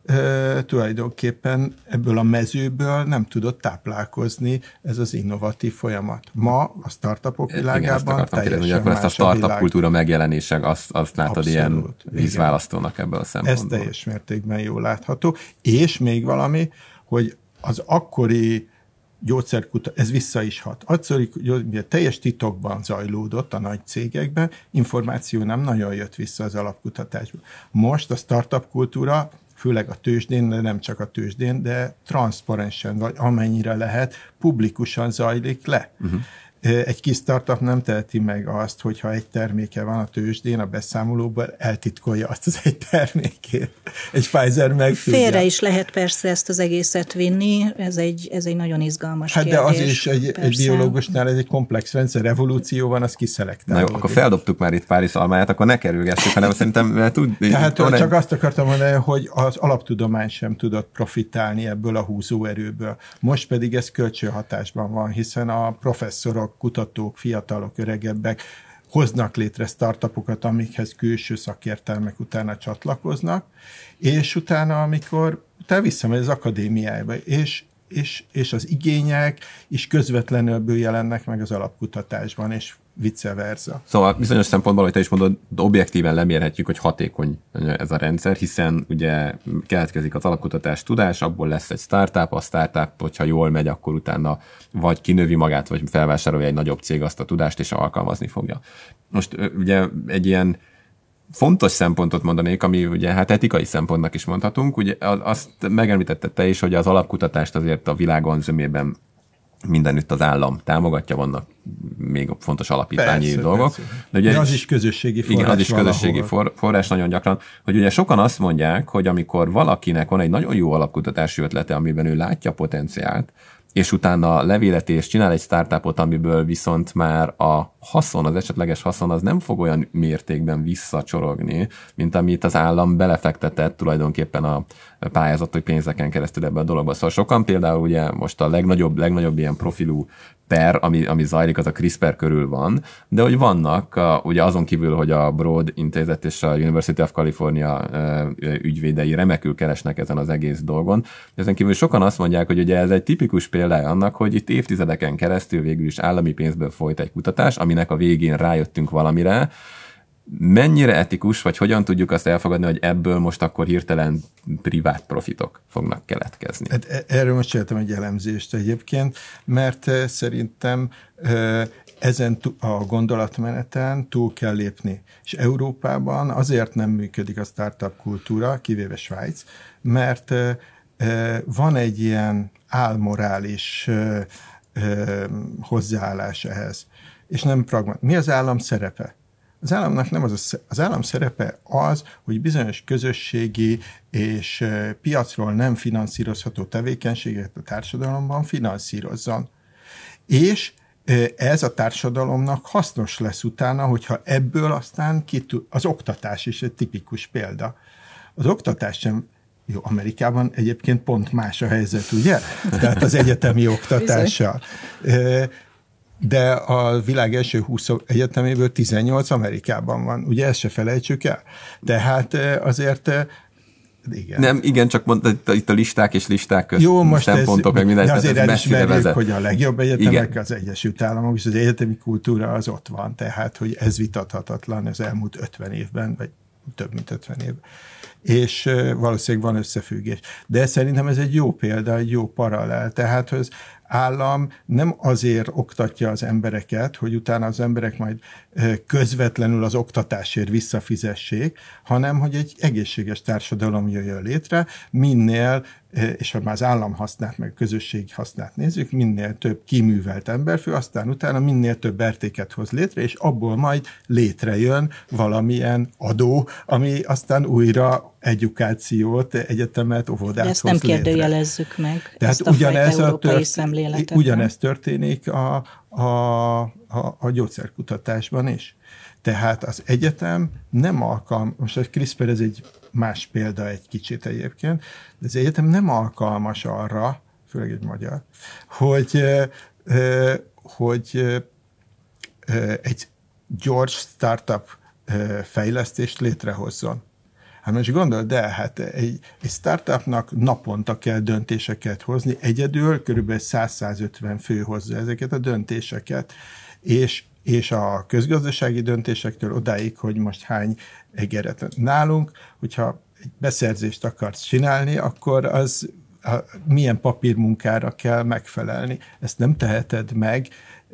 Speaker 3: e, tulajdonképpen ebből a mezőből nem tudott táplálkozni ez az innovatív folyamat. Ma a startupok világában
Speaker 1: igen, teljesen kérdezni, akkor ezt a startup kultúra megjelenése, azt, azt látod abszolút, ilyen vízválasztónak ebből a szempontból.
Speaker 3: Ez teljes mértékben jól látható. És még valami, hogy az akkori gyógyszerkutatás, ez vissza is hat. Attól, hogy teljes titokban zajlódott a nagy cégekben, információ nem nagyon jött vissza az alapkutatásból. Most a startup kultúra, főleg a tőzsdén, de nem csak a tőzsdén, de transzparensen, vagy amennyire lehet, publikusan zajlik le. Uh-huh. Egy kis startup nem teheti meg azt, hogyha egy terméke van a tőzsdén, a beszámolóban eltitkolja azt az egy termékét. Egy Pfizer meg tudja.
Speaker 2: Félre is lehet persze ezt az egészet vinni, ez egy, ez egy nagyon izgalmas
Speaker 3: hát
Speaker 2: kérdés.
Speaker 3: Hát de az is egy, egy biológusnál ez egy komplex rendszer, evolúció van, az kiszelektálódik.
Speaker 1: Na jó, akkor feldobtuk már itt Párizs almáját, akkor ne kerülgessük, hanem szerintem tud...
Speaker 3: Tehát csak azt akartam mondani, hogy az alaptudomány sem tudott profitálni ebből a húzóerőből. Most pedig ez kölcsönhatásban van, hiszen a professzorok, kutatók, fiatalok, öregebbek hoznak létre startupokat, amikhez külső szakértelmek utána csatlakoznak, és utána, amikor utána visszamegy az akadémiába, és, és, és az igények is közvetlenül jelennek meg az alapkutatásban, és vice versa.
Speaker 1: Szóval bizonyos szempontból, hogy te is mondod, objektíven lemérhetjük, hogy hatékony ez a rendszer, hiszen ugye keletkezik az alapkutatás tudás, abból lesz egy startup, a startup, hogyha jól megy, akkor utána vagy kinövi magát, vagy felvásárolja egy nagyobb cég azt a tudást, és alkalmazni fogja. Most ugye egy ilyen fontos szempontot mondanék, ami ugye hát etikai szempontnak is mondhatunk, ugye azt megemlítette te is, hogy az alapkutatást azért a világon zömében mindenütt az állam támogatja, vannak még fontos alapítványi persze, dolgok.
Speaker 3: Persze. De, ugye de az is közösségi forrás.
Speaker 1: Igen, az is közösségi valahol. forrás nagyon gyakran, hogy ugye sokan azt mondják, hogy amikor valakinek van egy nagyon jó alapkutatási ötlete, amiben ő látja potenciált, és utána levéletés, csinál egy startupot, amiből viszont már a haszon, az esetleges haszon az nem fog olyan mértékben visszacsorogni, mint amit az állam belefektetett tulajdonképpen a pályázatok pénzeken keresztül ebbe a dologba. Szóval sokan például ugye most a legnagyobb, legnagyobb ilyen profilú per, ami, ami zajlik, az a CRISPR körül van, de hogy vannak, a, ugye azon kívül, hogy a Broad intézet és a University of California ügyvédei remekül keresnek ezen az egész dolgon, ezen kívül sokan azt mondják, hogy ugye ez egy tipikus példája annak, hogy itt évtizedeken keresztül végül is állami pénzből folyt egy kutatás, aminek a végén rájöttünk valamire. Mennyire etikus, vagy hogyan tudjuk azt elfogadni, hogy ebből most akkor hirtelen privát profitok fognak keletkezni?
Speaker 3: Hát erről most csináltam egy elemzést egyébként, mert szerintem ezen a gondolatmeneten túl kell lépni. És Európában azért nem működik a startup kultúra, kivéve Svájc, mert van egy ilyen álmorális hozzáállás ehhez. És nem pragmatikus. Mi az állam szerepe? Az államnak nem az a, az állam szerepe az, hogy bizonyos közösségi és piacról nem finanszírozható tevékenységet a társadalomban finanszírozzon. És ez a társadalomnak hasznos lesz utána, hogyha ebből aztán kitud, az oktatás is egy tipikus példa. Az oktatás sem, jó, Amerikában egyébként pont más a helyzet, ugye? Tehát az egyetemi oktatással. De a világ első húsz egyeteméből tizennyolc Amerikában van. Ugye ezt se felejtsük el. Tehát azért igen.
Speaker 1: Nem, igen, csak mondta, itt a listák és listák közt
Speaker 3: jó, most
Speaker 1: szempontok,
Speaker 3: ez,
Speaker 1: meg minden.
Speaker 3: De azért elismerjük,
Speaker 1: vezet.
Speaker 3: hogy a legjobb egyetemek igen. Az Egyesült Államok, és az egyetemi kultúra az ott van. Tehát, hogy ez vitathatatlan az elmúlt ötven évben, vagy több mint ötven évben. És valószínűleg van összefüggés. De szerintem ez egy jó példa, egy jó paralel. Tehát, hogy az állam nem azért oktatja az embereket, hogy utána az emberek majd közvetlenül az oktatásért visszafizessék, hanem hogy egy egészséges társadalom jöjjön létre, minél, és ha már az állam hasznát, meg a közösség hasznát nézzük, minél több kiművelt emberfő, aztán utána minél több értéket hoz létre, és abból majd létrejön valamilyen adó, ami aztán újra edukációt, egyetemet, óvodát hoz létre.
Speaker 2: De ezt nem kérdőjelezzük meg,
Speaker 3: Tehát
Speaker 2: ezt a fajta európai
Speaker 3: tört,
Speaker 2: szemléletet.
Speaker 3: Ugyanezt történik a, a, a, a gyógyszerkutatásban is. Tehát az egyetem nem alkalmas, most a CRISPR ez egy más példa egy kicsit egyébként, de az egyetem nem alkalmas arra, főleg egy magyar, hogy, hogy egy gyors startup fejlesztést létrehozzon. Hát most gondold, de hát egy, egy startupnak naponta kell döntéseket hozni, egyedül körülbelül száz-százötven fő hozza ezeket a döntéseket, és, és a közgazdasági döntésektől odáig, hogy most hány egeret nálunk, hogyha egy beszerzést akarsz csinálni, akkor az a, milyen papírmunkára kell megfelelni. Ezt nem teheted meg,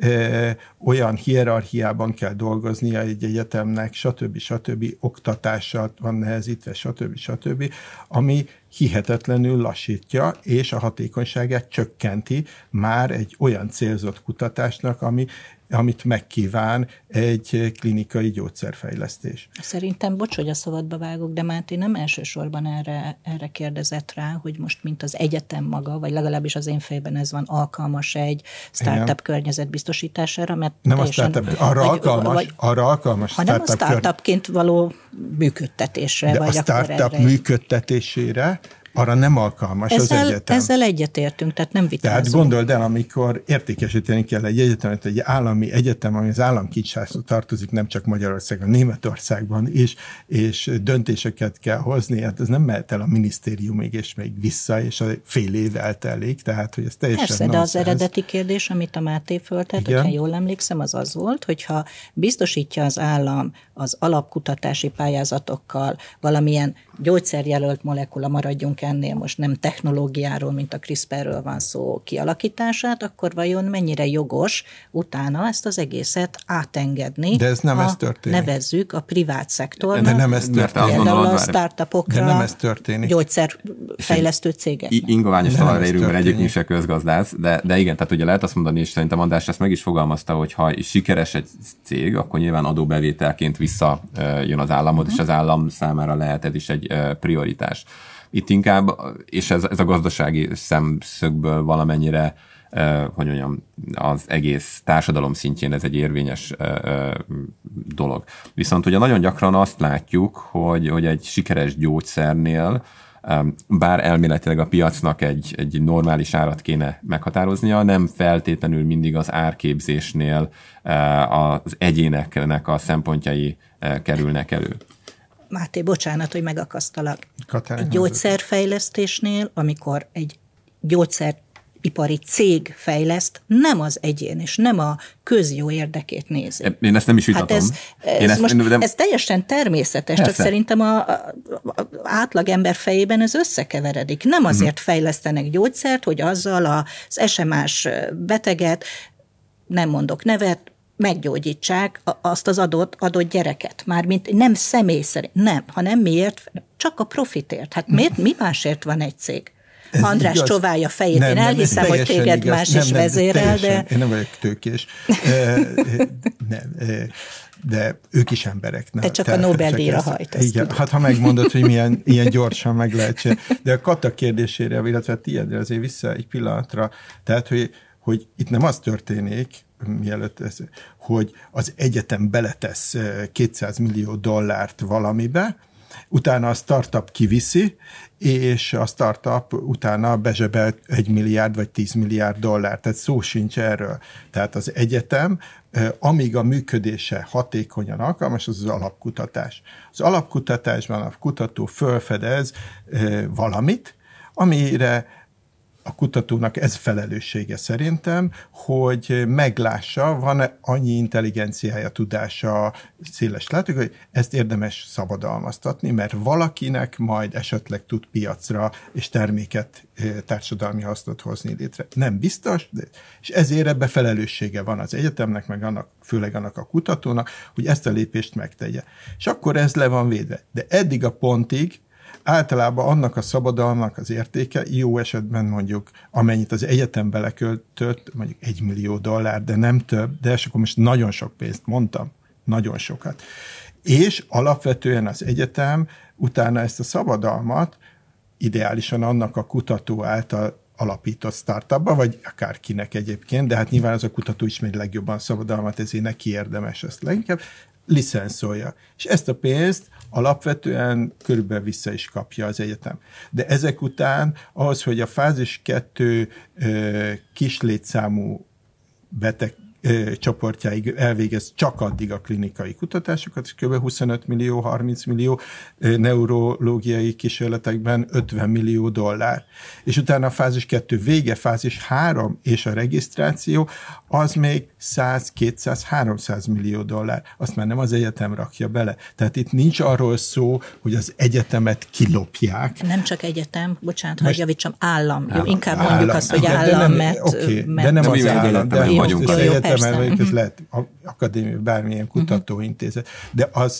Speaker 3: Ö, olyan hierarchiában kell dolgoznia egy egyetemnek, stb. stb. Oktatással van nehezítve, stb. stb., ami hihetetlenül lassítja, és a hatékonyságát csökkenti már egy olyan célzott kutatásnak, ami, amit megkíván egy klinikai gyógyszerfejlesztés.
Speaker 2: Szerintem, bocs, hogy a szabadba vágok, de Máté nem elsősorban erre, erre kérdezett rá, hogy most mint az egyetem maga, vagy legalábbis az én fejben ez van, alkalmas egy startup igen. környezet biztosítására, mert
Speaker 3: nem a startup, arra vagy, alkalmas, vagy, arra alkalmas
Speaker 2: hanem a startupként való működtetésre.
Speaker 3: De
Speaker 2: vagy
Speaker 3: a startup működtetésére arra nem alkalmas ezzel, az egyetem.
Speaker 2: Ezzel egyetértünk, tehát nem vitázunk.
Speaker 3: Tehát gondold el, amikor értékesíteni kell egy egyetemet, egy állami egyetem, ami az államkincstárhoz tartozik, nem csak Magyarországon, Németországban is, és döntéseket kell hozni, hát ez nem mehet el a minisztériumig, és még vissza, és a fél év eltelik, tehát hogy ez teljesen
Speaker 2: Persze,
Speaker 3: nonsense.
Speaker 2: De az eredeti kérdés, amit a Máté föltett, hogyha jól emlékszem, az az volt, hogyha biztosítja az állam az alapkutatási pályázatokkal valamilyen gyógyszerjelölt molekula, maradjunk ennél, most nem technológiáról, mint a CRISPR-ről van szó, kialakítását, akkor vajon mennyire jogos utána ezt az egészet átengedni?
Speaker 3: De ez nem ez történik.
Speaker 2: Nevezzük a privát szektornak.
Speaker 3: De nem ez történik.
Speaker 2: Például a startupokra,
Speaker 3: de nem ez történik.
Speaker 2: gyógyszerfejlesztő cégeknek.
Speaker 1: Ingoványosan arra érünk, mert egyik se közgazdász, de, de igen, tehát ugye lehet azt mondani, és szerintem András ezt meg is fogalmazta, hogy ha sikeres egy cég, akkor nyilván adóbevételként visszajön az államot, és az állam számára lehet ez is egy prioritás. Itt inkább, és ez, ez a gazdasági szemszögből valamennyire hogy mondjam, az egész társadalom szintjén ez egy érvényes dolog. Viszont ugye nagyon gyakran azt látjuk, hogy, hogy egy sikeres gyógyszernél, bár elméletileg a piacnak egy, egy normális árat kéne meghatároznia, nem feltétlenül mindig az árképzésnél az egyéneknek a szempontjai kerülnek elő.
Speaker 2: Máté, bocsánat, hogy megakasztalak.
Speaker 3: Katalin,
Speaker 2: egy gyógyszerfejlesztésnél, amikor egy gyógyszeripari cég fejleszt, nem az egyén, és nem a közjó érdekét nézi.
Speaker 1: Én ezt nem is vitatom.
Speaker 2: Hát ez, ez,
Speaker 1: ezt,
Speaker 2: most,
Speaker 1: nem...
Speaker 2: ez teljesen természetes, Persze. csak szerintem a, a, a átlagember fejében ez összekeveredik. Nem azért uh-huh. fejlesztenek gyógyszert, hogy azzal az es em ás beteget, nem mondok nevet, meggyógyítsák azt az adott, adott gyereket. Mármint nem személy szerint, nem, hanem miért? Csak a profitért. Hát miért, mi másért van egy cég? Ez András igaz. Csóválja fejét, nem, én elhiszem, hogy téged igaz. más nem, is nem, vezérel, de...
Speaker 3: Én nem vagyok tőkés. nem, de ők is emberek.
Speaker 2: Nem. Te csak Te, a Nobel-díjra hajtasz.
Speaker 3: Igen, hát ha megmondod, hogy milyen ilyen gyorsan meg lehet csinálni. De a Kata kérdésére, illetve a tiédre azért vissza egy pillanatra, tehát, hogy, hogy itt nem az történik, mielőtt ez, hogy az egyetem beletesz kétszáz millió dollárt valamibe, utána a startup kiviszi, és a startup utána bezsebel egy milliárd vagy tíz milliárd dollár. Tehát szó sincs erről. Tehát az egyetem, amíg a működése hatékonyan alkalmas, az az alapkutatás. Az alapkutatásban a kutató felfedez valamit, amire a kutatónak ez felelőssége szerintem, hogy meglássa, van-e annyi intelligenciája, tudása, széles látók, hogy ezt érdemes szabadalmaztatni, mert valakinek majd esetleg tud piacra és terméket, társadalmi hasznot hozni létre. Nem biztos, de, és ezért ebbe felelőssége van az egyetemnek, meg annak, főleg annak a kutatónak, hogy ezt a lépést megtegye. És akkor ez le van védve. De eddig a pontig általában annak a szabadalmak az értéke, jó esetben mondjuk, amennyit az egyetem beleköltött, mondjuk egy millió dollár, de nem több, de és akkor most nagyon sok pénzt mondtam, nagyon sokat. És alapvetően az egyetem utána ezt a szabadalmat ideálisan annak a kutató által alapított startupba, vagy akárkinek egyébként, de hát nyilván az a kutató ismeri legjobban a szabadalmat, ezért neki érdemes ezt leginkább, licenszolja. És ezt a pénzt alapvetően körülbelül vissza is kapja az egyetem. De ezek után ahhoz, hogy a fázis kettő kis létszámú beteg csoportjáig elvégez csak addig a klinikai kutatásokat, és kb. huszonöt millió, harminc millió neurológiai kísérletekben ötven millió dollár. És utána a fázis kettő vége, fázis három és a regisztráció, az még száz, kétszáz, háromszáz millió dollár. Azt már nem az egyetem rakja bele. Tehát itt nincs arról szó, hogy az egyetemet kilopják.
Speaker 2: Nem csak egyetem, bocsánat, hogy javítsam, állam.
Speaker 1: állam.
Speaker 2: Jó, inkább mondjuk
Speaker 1: állam.
Speaker 2: azt, hogy állam,
Speaker 3: de nem,
Speaker 2: mert...
Speaker 3: Okay,
Speaker 2: mert
Speaker 3: de nem
Speaker 1: de
Speaker 3: az állam, de
Speaker 1: jó, vagyunk.
Speaker 3: Az egyetemen,
Speaker 2: Persze.
Speaker 3: ez lehet akadémia, bármilyen kutatóintézet. De az,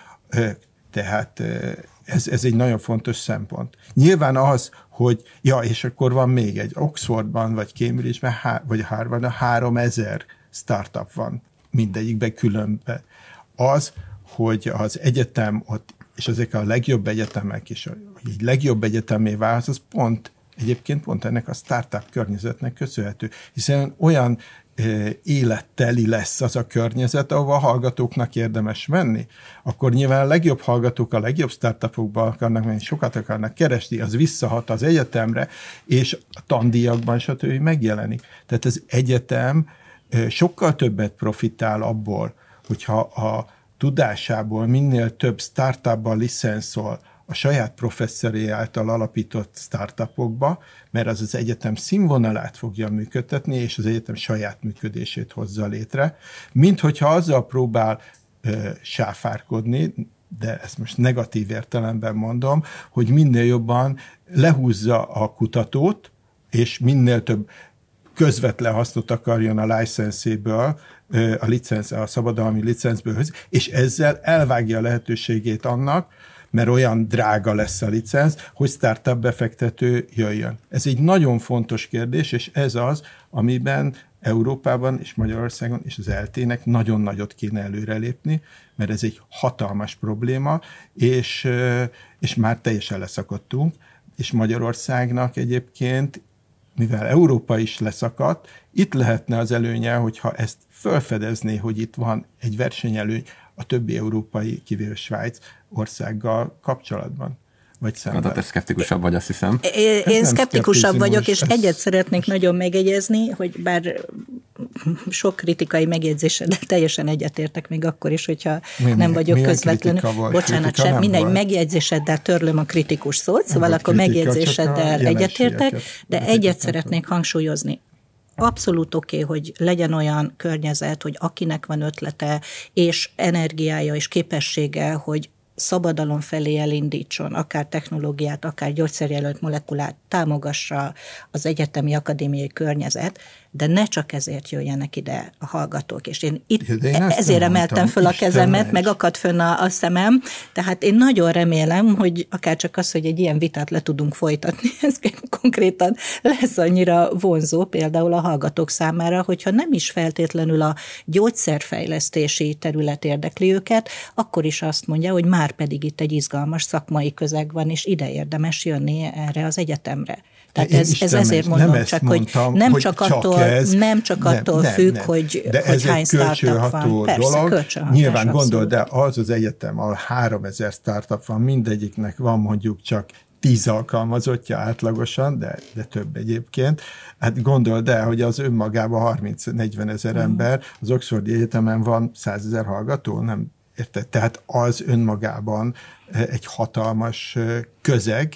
Speaker 3: tehát ez, ez egy nagyon fontos szempont. Nyilván az, hogy ja, és akkor van még egy Oxfordban, vagy Cambridge-ben, vagy Harvardban háromezer startup van mindegyikben különben. Az, hogy az egyetem ott, és ezek a legjobb egyetemek, és hogy egy legjobb egyetemé válsz, az pont, egyébként pont ennek a startup környezetnek köszönhető. Hiszen olyan életteli lesz az a környezet, ahova a hallgatóknak érdemes menni, akkor nyilván a legjobb hallgatók a legjobb startupokban akarnak menni, sokat akarnak keresni, az visszahat az egyetemre, és a tandíjakban stb. Megjelenik. Tehát az egyetem sokkal többet profitál abból, hogyha a tudásából minél több startupban licenszol a saját professzoré által alapított startupokba, mert az az egyetem színvonalát fogja működtetni, és az egyetem saját működését hozza létre, mint hogyha azzal próbál ö, sáfárkodni, de ezt most negatív értelemben mondom, hogy minél jobban lehúzza a kutatót, és minél több közvetlen hasznot akarjon a licenszéből, a, licensz, a szabadalmi licenszből, és ezzel elvágja a lehetőségét annak, mert olyan drága lesz a licensz, hogy startup befektető jöjjön. Ez egy nagyon fontos kérdés, és ez az, amiben Európában és Magyarországon és az é el té-nek nagyon nagyot kéne előrelépni, mert ez egy hatalmas probléma, és, és már teljesen leszakadtunk, és Magyarországnak egyébként mivel Európa is leszakadt, itt lehetne az előnye, hogyha ezt felfedezné, hogy itt van egy versenyelőny a többi európai, kivéve Svájc országgal kapcsolatban. Vagy szemben.
Speaker 1: Hát te szkeptikusabb vagy, azt hiszem.
Speaker 2: Én, én szkeptikusabb vagyok, és egyet szeretnék nagyon megjegyezni, hogy bár sok kritikai megjegyzéssel teljesen egyetértek még akkor is, hogyha mi, nem vagyok milyen közvetlenül. Bocsánat, sem, mindegy volt. Megjegyzéseddel törlöm a kritikus szót, szóval nem akkor megjegyzéseddel egyetértek, de egyet szeretnék hangsúlyozni. Abszolút oké, okay, hogy legyen olyan környezet, hogy akinek van ötlete, és energiája, és képessége, hogy szabadalom felé elindítson, akár technológiát, akár gyógyszerjelölt molekulát, támogassa az egyetemi akadémiai környezet, de ne csak ezért jöjjenek ide a hallgatók. És én itt én ezért emeltem föl a kezemet, meg akadt fönn a, a szemem, tehát én nagyon remélem, hogy akár csak az, hogy egy ilyen vitát le tudunk folytatni, ez konkrétan lesz annyira vonzó például a hallgatók számára, hogyha nem is feltétlenül a gyógyszerfejlesztési terület érdekli őket, akkor is azt mondja, hogy már pedig itt egy izgalmas szakmai közeg van, és ide érdemes jönni erre az egyetemre. Tehát ez, ez ezért mondom nem csak, mondtam, hogy nem hogy csak attól, ez, nem csak attól nem, függ, nem, hogy,
Speaker 3: de
Speaker 2: hogy hány startup van.
Speaker 3: Persze, dolog. Nyilván gondol, de az az egyetem, ahol háromezer startup van, mindegyiknek van mondjuk csak tíz alkalmazottja átlagosan, de, de több egyébként. Hát gondold el, hogy az önmagában harminc-negyven ezer hmm. ember, az Oxfordi Egyetemen van százezer hallgató, nem érted? Tehát az önmagában egy hatalmas közeg,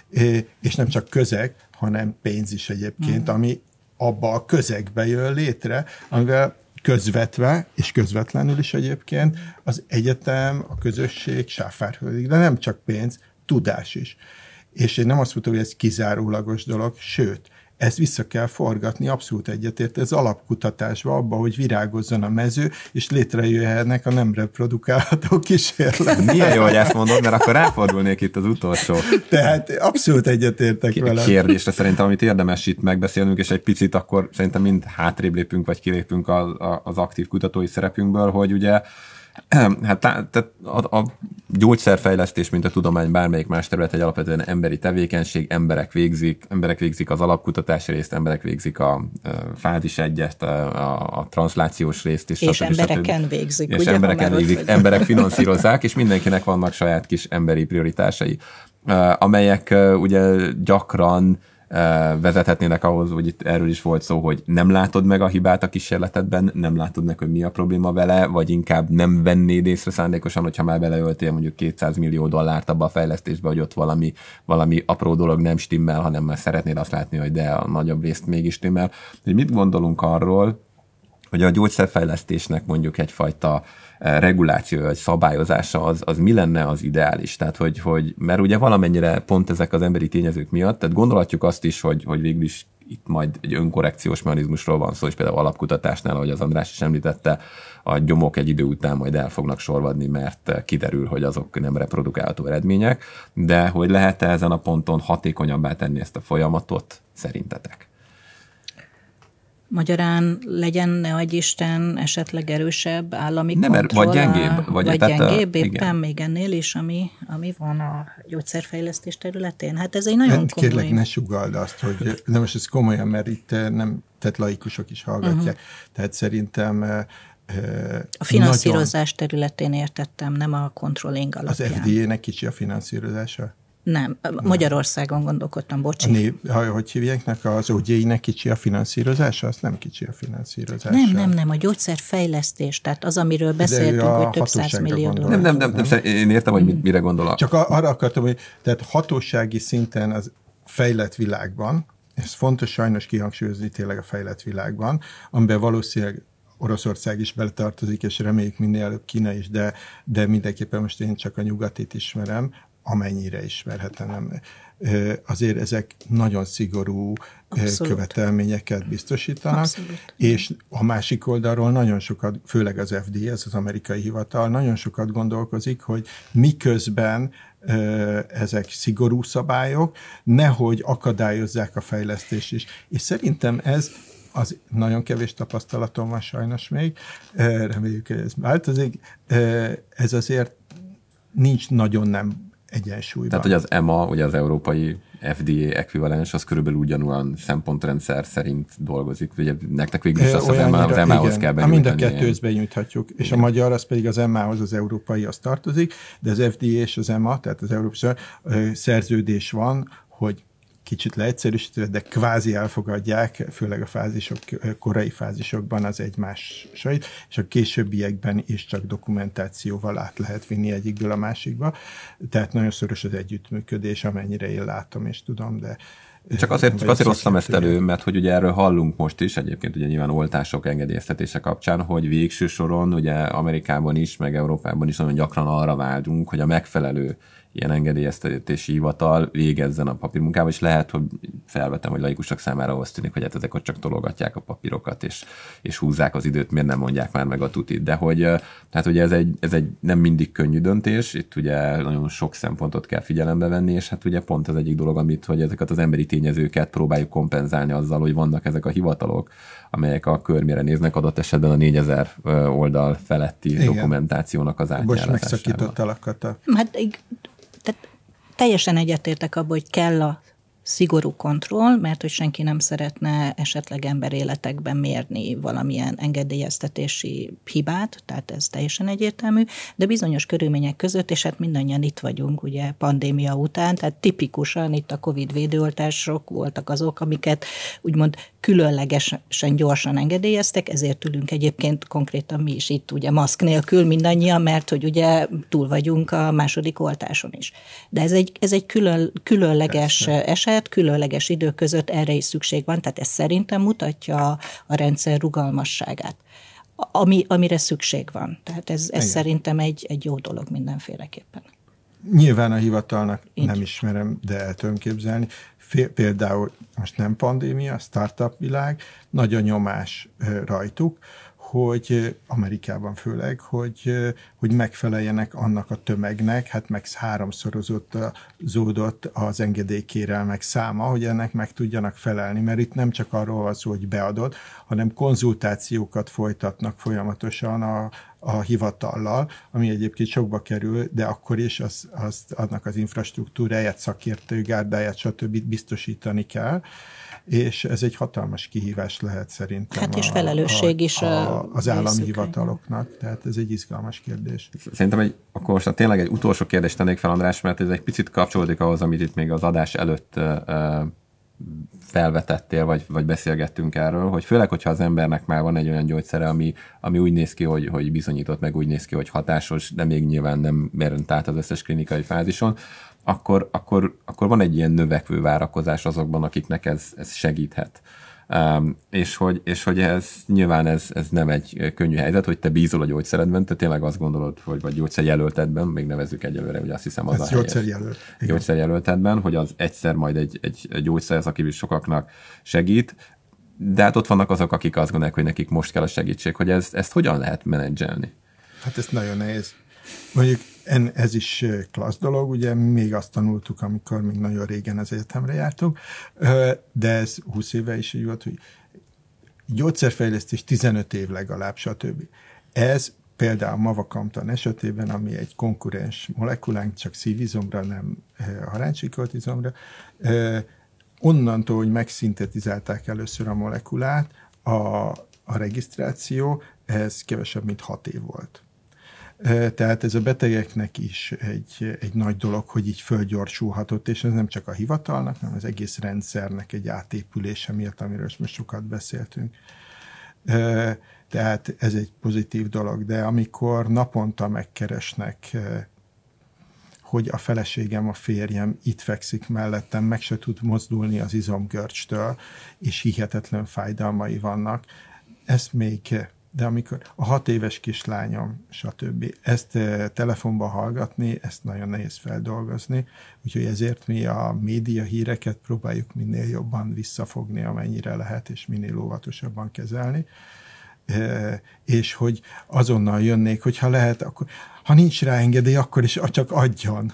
Speaker 3: és nem csak közeg, hanem pénz is egyébként, mm. ami abba a közegbe jön létre, amivel közvetve, és közvetlenül is egyébként az egyetem, a közösség sáfárhődik, de nem csak pénz, tudás is. És én nem azt mondom, hogy ez kizárólagos dolog, sőt, ezt vissza kell forgatni, abszolút egyetért, ez alapkutatásban abban, hogy virágozzon a mező, és létrejöjjenek a nem reprodukálható kísérletek.
Speaker 1: Milyen jó, hogy ezt mondod, mert akkor ráfordulnék itt az utolsó.
Speaker 3: Tehát abszolút egyetértek vele.
Speaker 1: Kérdésre szerintem, amit érdemes itt megbeszélnünk, és egy picit akkor szerintem mind hátrébb lépünk, vagy kilépünk az, az aktív kutatói szerepünkből, hogy ugye hát tehát a, a gyógyszerfejlesztés, mint a tudomány bármelyik más terület, egy alapvetően emberi tevékenység, emberek végzik, emberek végzik az alapkutatási részt, emberek végzik a, a fázis egyet, a, a transzlációs részt is.
Speaker 2: És stb. embereken stb. végzik.
Speaker 1: És ugye, embereken végzik, vagy... emberek finanszírozzák, és mindenkinek vannak saját kis emberi prioritásai, amelyek ugye gyakran vezethetnének ahhoz, hogy itt erről is volt szó, hogy nem látod meg a hibát a kísérletedben, nem látod meg, hogy mi a probléma vele, vagy inkább nem vennéd észre szándékosan, hogyha már beleöltél mondjuk kétszáz millió dollárt abba a fejlesztésbe, hogy ott valami, valami apró dolog nem stimmel, hanem már szeretnéd azt látni, hogy de a nagyobb részt mégis stimmel. Hogy mit gondolunk arról, hogy a gyógyszerfejlesztésnek mondjuk egyfajta reguláció, vagy szabályozása az, az mi lenne az ideális? Tehát, hogy, hogy, mert ugye valamennyire pont ezek az emberi tényezők miatt, tehát gondolhatjuk azt is, hogy, hogy végül is itt majd egy önkorrekciós mechanizmusról van szó, és például alapkutatásnál, ahogy az András is említette, a gyomok egy idő után majd el fognak sorvadni, mert kiderül, hogy azok nem reprodukálható eredmények, de hogy lehet-e ezen a ponton hatékonyabbá tenni ezt a folyamatot szerintetek?
Speaker 2: Magyarán legyen, ne adj Isten, esetleg erősebb állami
Speaker 1: nem,
Speaker 2: kontroll.
Speaker 1: Vagy gyengébb.
Speaker 2: Vagy, vagy gyengébb, éppen igen. Még ennél is, ami, ami van a gyógyszerfejlesztés területén. Hát ez egy nagyon hát, komoly...
Speaker 3: Kérlek, ne sugald azt, hogy de most ez komolyan, mert itt nem, tehát laikusok is hallgatják. Uh-huh. Tehát szerintem...
Speaker 2: A finanszírozás nagyon... területén értettem, nem a controlling alapján.
Speaker 3: Az ef dé á-nek kicsi a finanszírozása?
Speaker 2: Nem, Magyarországon gondolkodtam, bocsi.
Speaker 3: Né, hogy hívják, az o gé i-nek kicsi a finanszírozása? Az nem kicsi a finanszírozása.
Speaker 2: Nem, nem, nem, a gyógyszerfejlesztés, tehát az, amiről beszéltünk, hogy több száz millió dollár.
Speaker 1: Nem, nem, nem, nem, én értem, hogy mire gondolok.
Speaker 3: Csak arra akartam, hogy tehát hatósági szinten az fejlett világban, ez fontos sajnos kihangsúlyozni tényleg a fejlett világban, amiben valószínűleg Oroszország is beletartozik, és reméljük minél előbb Kína is, de, de mindenképpen most én csak a nyugatit ismerem, amennyire ismerhetem. Azért ezek nagyon szigorú Abszolút. követelményeket biztosítanak, Abszolút. És a másik oldalról nagyon sokat, főleg az ef dé á, ez az amerikai hivatal, nagyon sokat gondolkozik, hogy miközben ezek szigorú szabályok, nehogy akadályozzák a fejlesztést is. És szerintem ez az nagyon kevés tapasztalatom van sajnos még, reméljük, hogy ez változik, ez azért nincs nagyon nem egyensúlyban.
Speaker 1: Tehát, hogy az é em á, ugye az Európai ef dé á ekvivalens, az körülbelül ugyanolyan szempontrendszer szerint dolgozik. Ugye nektek végül is azt az em á-hoz kell benyújtani.
Speaker 3: Mind a kettőhöz benyújthatjuk, és igen. A magyar az pedig az em á-hoz, az európaihoz tartozik, de az ef dé á és az em á, tehát az európai szerződés van, hogy kicsit leegyszerűsítve, de kvázi elfogadják, főleg a fázisok, korai fázisokban az egymásait, és a későbbiekben is csak dokumentációval át lehet vinni egyikből a másikba. Tehát nagyon szoros az együttműködés, amennyire én látom és tudom, de
Speaker 1: csak azért, csak azért hoztam ezt elő, mert hogy ugye erről hallunk most is, egyébként ugye nyilván oltások engedélyeztetése kapcsán, hogy végső soron ugye Amerikában is, meg Európában is nagyon gyakran arra vágyunk, hogy a megfelelő ilyen engedélyeztetési hivatal végezzen a papírmunkával, és lehet, hogy felvetem, hogy laikusok számára azt tűnik, hogy hát ezek ott csak tologatják a papírokat, és, és húzzák az időt, miért nem mondják már meg a tutit. De hogy tehát ugye ez egy, ez egy nem mindig könnyű döntés, itt ugye nagyon sok szempontot kell figyelembe venni, és hát ugye pont az egyik dolog, amit, hogy ezeket az emberi tényezőket próbáljuk kompenzálni azzal, hogy vannak ezek a hivatalok, amelyek a körmére néznek, adott esetben a négyezer oldal feletti igen. dokumentációnak az átjárására.
Speaker 3: Most megszakítottalak a...
Speaker 2: Hát tehát teljesen egyetértek abban, hogy kell a szigorú kontroll, mert hogy senki nem szeretne esetleg emberéletekben mérni valamilyen engedélyeztetési hibát, tehát ez teljesen egyértelmű, de bizonyos körülmények között, és hát mindannyian itt vagyunk, ugye pandémia után, tehát tipikusan itt a Covid védőoltások voltak azok, amiket úgymond különlegesen gyorsan engedélyeztek, ezért ülünk egyébként konkrétan mi is itt ugye maszk nélkül mindannyian, mert hogy ugye túl vagyunk a második oltáson is. De ez egy, ez egy külön, különleges Persze. eset, különleges idő között erre is szükség van, tehát ez szerintem mutatja a, a rendszer rugalmasságát, ami, amire szükség van. Tehát ez, ez szerintem egy, egy jó dolog mindenféleképpen.
Speaker 3: Nyilván a hivatalnak Így. nem ismerem, de el tudom képzelni. Például most nem pandémia, startup világ, nagy a nyomás rajtuk, hogy Amerikában főleg, hogy, hogy megfeleljenek annak a tömegnek, hát meg háromszorozott zódott az engedélykérelmek száma, hogy ennek meg tudjanak felelni, mert itt nem csak arról van szó, hogy beadod, hanem konzultációkat folytatnak folyamatosan a, a hivatallal, ami egyébként sokba kerül, de akkor is az, az, annak az infrastruktúráját, szakértőgárdáját, stb. Biztosítani kell, és ez egy hatalmas kihívás lehet szerintem.
Speaker 2: Hát és felelősség
Speaker 3: a,
Speaker 2: is
Speaker 3: a, a, az állami hivataloknak, tehát ez egy izgalmas kérdés.
Speaker 1: Szerintem egy, akkor most tényleg egy utolsó kérdést tennék fel, András, mert ez egy picit kapcsolódik ahhoz, amit itt még az adás előtt uh, felvetettél, vagy, vagy beszélgettünk erről, hogy főleg, hogyha az embernek már van egy olyan gyógyszere, ami, ami úgy néz ki, hogy, hogy bizonyított, meg úgy néz ki, hogy hatásos, de még nyilván nem merent át az összes klinikai fázison, akkor, akkor, akkor van egy ilyen növekvő várakozás azokban, akiknek ez, ez segíthet. Um, és, hogy, és hogy ez nyilván ez, ez nem egy könnyű helyzet, hogy te bízol a gyógyszeredben, te tényleg azt gondolod, hogy vagy gyógyszerjelöltedben, még nevezzük egyelőre, hogy azt hiszem az ez a
Speaker 3: gyógyszerjelölt.
Speaker 1: helyes. Gyógyszerjelöltedben, hogy az egyszer majd egy, egy gyógyszer, ez aki sokaknak segít, de hát ott vannak azok, akik azt gondolják, hogy nekik most kell a segítség, hogy ez, ezt hogyan lehet menedzselni?
Speaker 3: Hát ez nagyon nehéz. Mondjuk ez is klassz dolog, ugye még azt tanultuk, amikor még nagyon régen az egyetemre jártunk, de ez húsz éve is így volt, hogy gyógyszerfejlesztés tizenöt év legalább, stb. Ez például Mavakamtan esetében, ami egy konkurens molekulánk, csak szívizomra, nem haráncsíkoltizomra, onnantól, hogy megszintetizálták először a molekulát, a, a regisztráció, ez kevesebb, mint hat év volt. Tehát ez a betegeknek is egy, egy nagy dolog, hogy így fölgyorsulhatott, és ez nem csak a hivatalnak, hanem az egész rendszernek egy átépülése miatt, amiről most sokat beszéltünk. Tehát ez egy pozitív dolog, de amikor naponta megkeresnek, hogy a feleségem, a férjem itt fekszik mellettem, meg se tud mozdulni az izomgörcstől, és hihetetlen fájdalmai vannak, ezt még... De amikor a hat éves kislányom, stb. Ezt telefonban hallgatni, ezt nagyon nehéz feldolgozni, úgyhogy ezért mi a média híreket próbáljuk minél jobban visszafogni, amennyire lehet, és minél óvatosabban kezelni. És hogy azonnal jönnék, hogyha lehet, akkor, ha nincs rá engedély, akkor is csak adjon.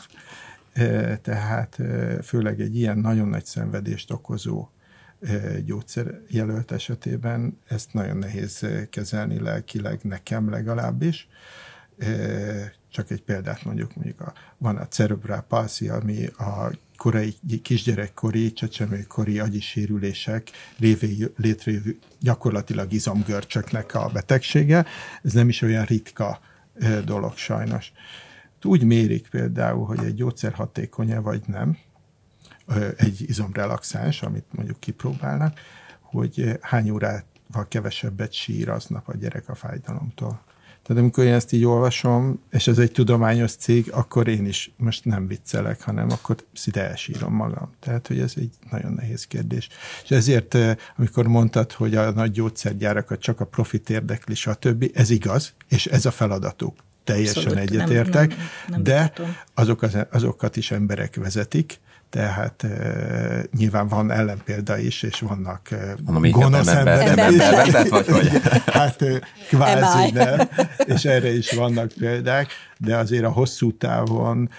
Speaker 3: Tehát főleg egy ilyen nagyon nagy szenvedést okozó gyógyszerjelölt esetében ezt nagyon nehéz kezelni lelkileg, nekem legalábbis. Csak egy példát mondjuk, mondjuk a, van a cerebral palsy, ami a korai, kisgyerekkori, csecsemőkori agyi sérülések révén létrejövő gyakorlatilag izomgörcsöknek a betegsége. Ez nem is olyan ritka dolog sajnos. Úgy mérik például, hogy egy gyógyszer hatékony-e vagy nem, egy izomrelaxáns, amit mondjuk kipróbálnak, hogy hány órával kevesebbet sír aznap a gyerek a fájdalomtól. Tehát amikor én ezt így olvasom, és ez egy tudományos cég, akkor én is most nem viccelek, hanem akkor szinte elsírom magam. Tehát, hogy ez egy nagyon nehéz kérdés. És ezért, amikor mondtad, hogy a nagy gyógyszergyárakat csak a profit érdekli, stb., ez igaz, és ez a feladatuk. Teljesen egyetértek, de azok az, azokat is emberek vezetik, tehát e, nyilván van ellenpélda is, és vannak e, gonosz emberek.
Speaker 1: Ember, ember vagy, vagy?
Speaker 3: Hát kvázi nem, és erre is vannak példák, de azért a hosszú távon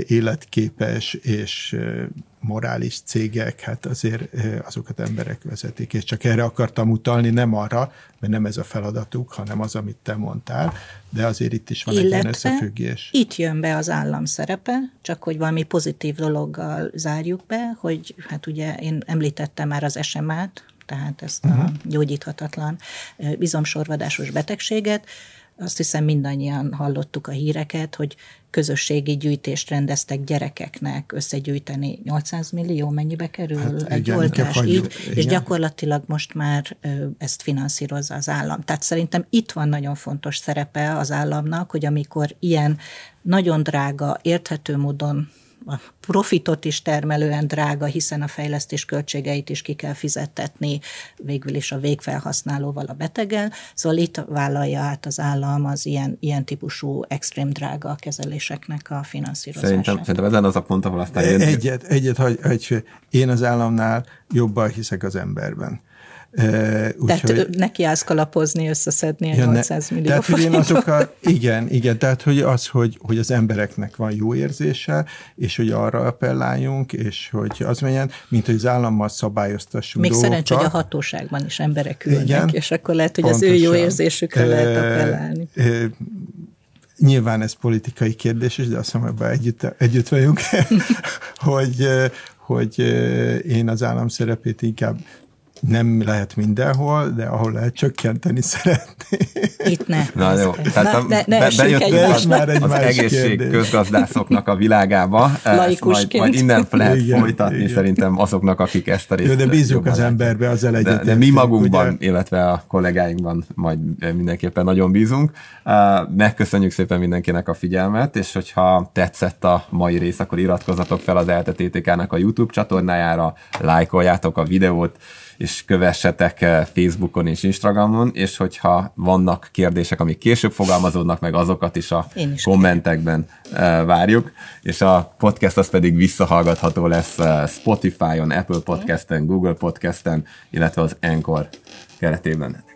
Speaker 3: életképes és morális cégek, hát azért azokat emberek vezetik, és csak erre akartam utalni, nem arra, mert nem ez a feladatuk, hanem az, amit te mondtál, de azért itt is van egy ilyen összefüggés.
Speaker 2: Itt jön be az állam szerepe, csak hogy valami pozitív dologgal zárjuk be, hogy hát ugye én említettem már az es em á-t, tehát ezt uh-huh. a gyógyíthatatlan izomsorvadásos betegséget. Azt hiszem mindannyian hallottuk a híreket, hogy közösségi gyűjtést rendeztek gyerekeknek összegyűjteni. nyolcszáz millió mennyibe kerül hát egy igen, oltás így, és gyakorlatilag most már ezt finanszírozza az állam. Tehát szerintem itt van nagyon fontos szerepe az államnak, hogy amikor ilyen nagyon drága, érthető módon a profitot is termelően drága, hiszen a fejlesztés költségeit is ki kell fizettetni végül is a végfelhasználóval, a beteggel. Szóval itt vállalja át az állam az ilyen, ilyen típusú extrém drága kezeléseknek a finanszírozását.
Speaker 1: Szerintem, szerintem ezen az a pont, ahol aztán jön.
Speaker 3: Egyet, egyet hogy, hogy én az államnál jobban hiszek az emberben. Uh,
Speaker 2: tehát hogy, neki állsz kalapozni, összeszedni egy ja, nyolcszáz millió
Speaker 3: tehát, hogy én azokkal, igen, igen, tehát hogy az, hogy, hogy az embereknek van jó érzése, és hogy arra appelláljunk, és hogy az menjen, mint hogy az állammal szabályoztassunk
Speaker 2: még
Speaker 3: dolgokat.
Speaker 2: Szerencsé, hogy a hatóságban is emberek ülnek, igen, és akkor lehet, hogy pontosan az ő jó érzésükre uh, lehet appellálni. Uh,
Speaker 3: nyilván ez politikai kérdés is, de azt hiszem, ebben együtt, együtt vagyunk, hogy, hogy én az állam szerepét inkább nem lehet mindenhol, de ahol lehet csökkenteni szeretné.
Speaker 2: Itt ne.
Speaker 1: Na jó, tehát
Speaker 2: ne, ne
Speaker 1: be, bejöttünk az,
Speaker 3: már egy
Speaker 1: az egészség
Speaker 3: kérdés.
Speaker 1: Közgazdászoknak a világába. Majd, majd innen lehet igen, folytatni igen. Szerintem azoknak, akik ezt a részt...
Speaker 3: Jó, de bízunk az emberbe, az elegyetértünk.
Speaker 1: De, de mi magunkban, ugye? Illetve a kollégáinkban majd mindenképpen nagyon bízunk. Megköszönjük szépen mindenkinek a figyelmet, és hogyha tetszett a mai rész, akkor iratkozzatok fel az ELTE té té ká-nak a YouTube csatornájára, lájkoljátok a videót, és kövessetek Facebookon és Instagramon, és hogyha vannak kérdések, amik később fogalmazódnak meg, azokat is a is kommentekben kérem. Várjuk, és a podcast az pedig visszahallgatható lesz Spotify-on, Apple Podcasten, Google Podcasten, illetve az Anchor keretében.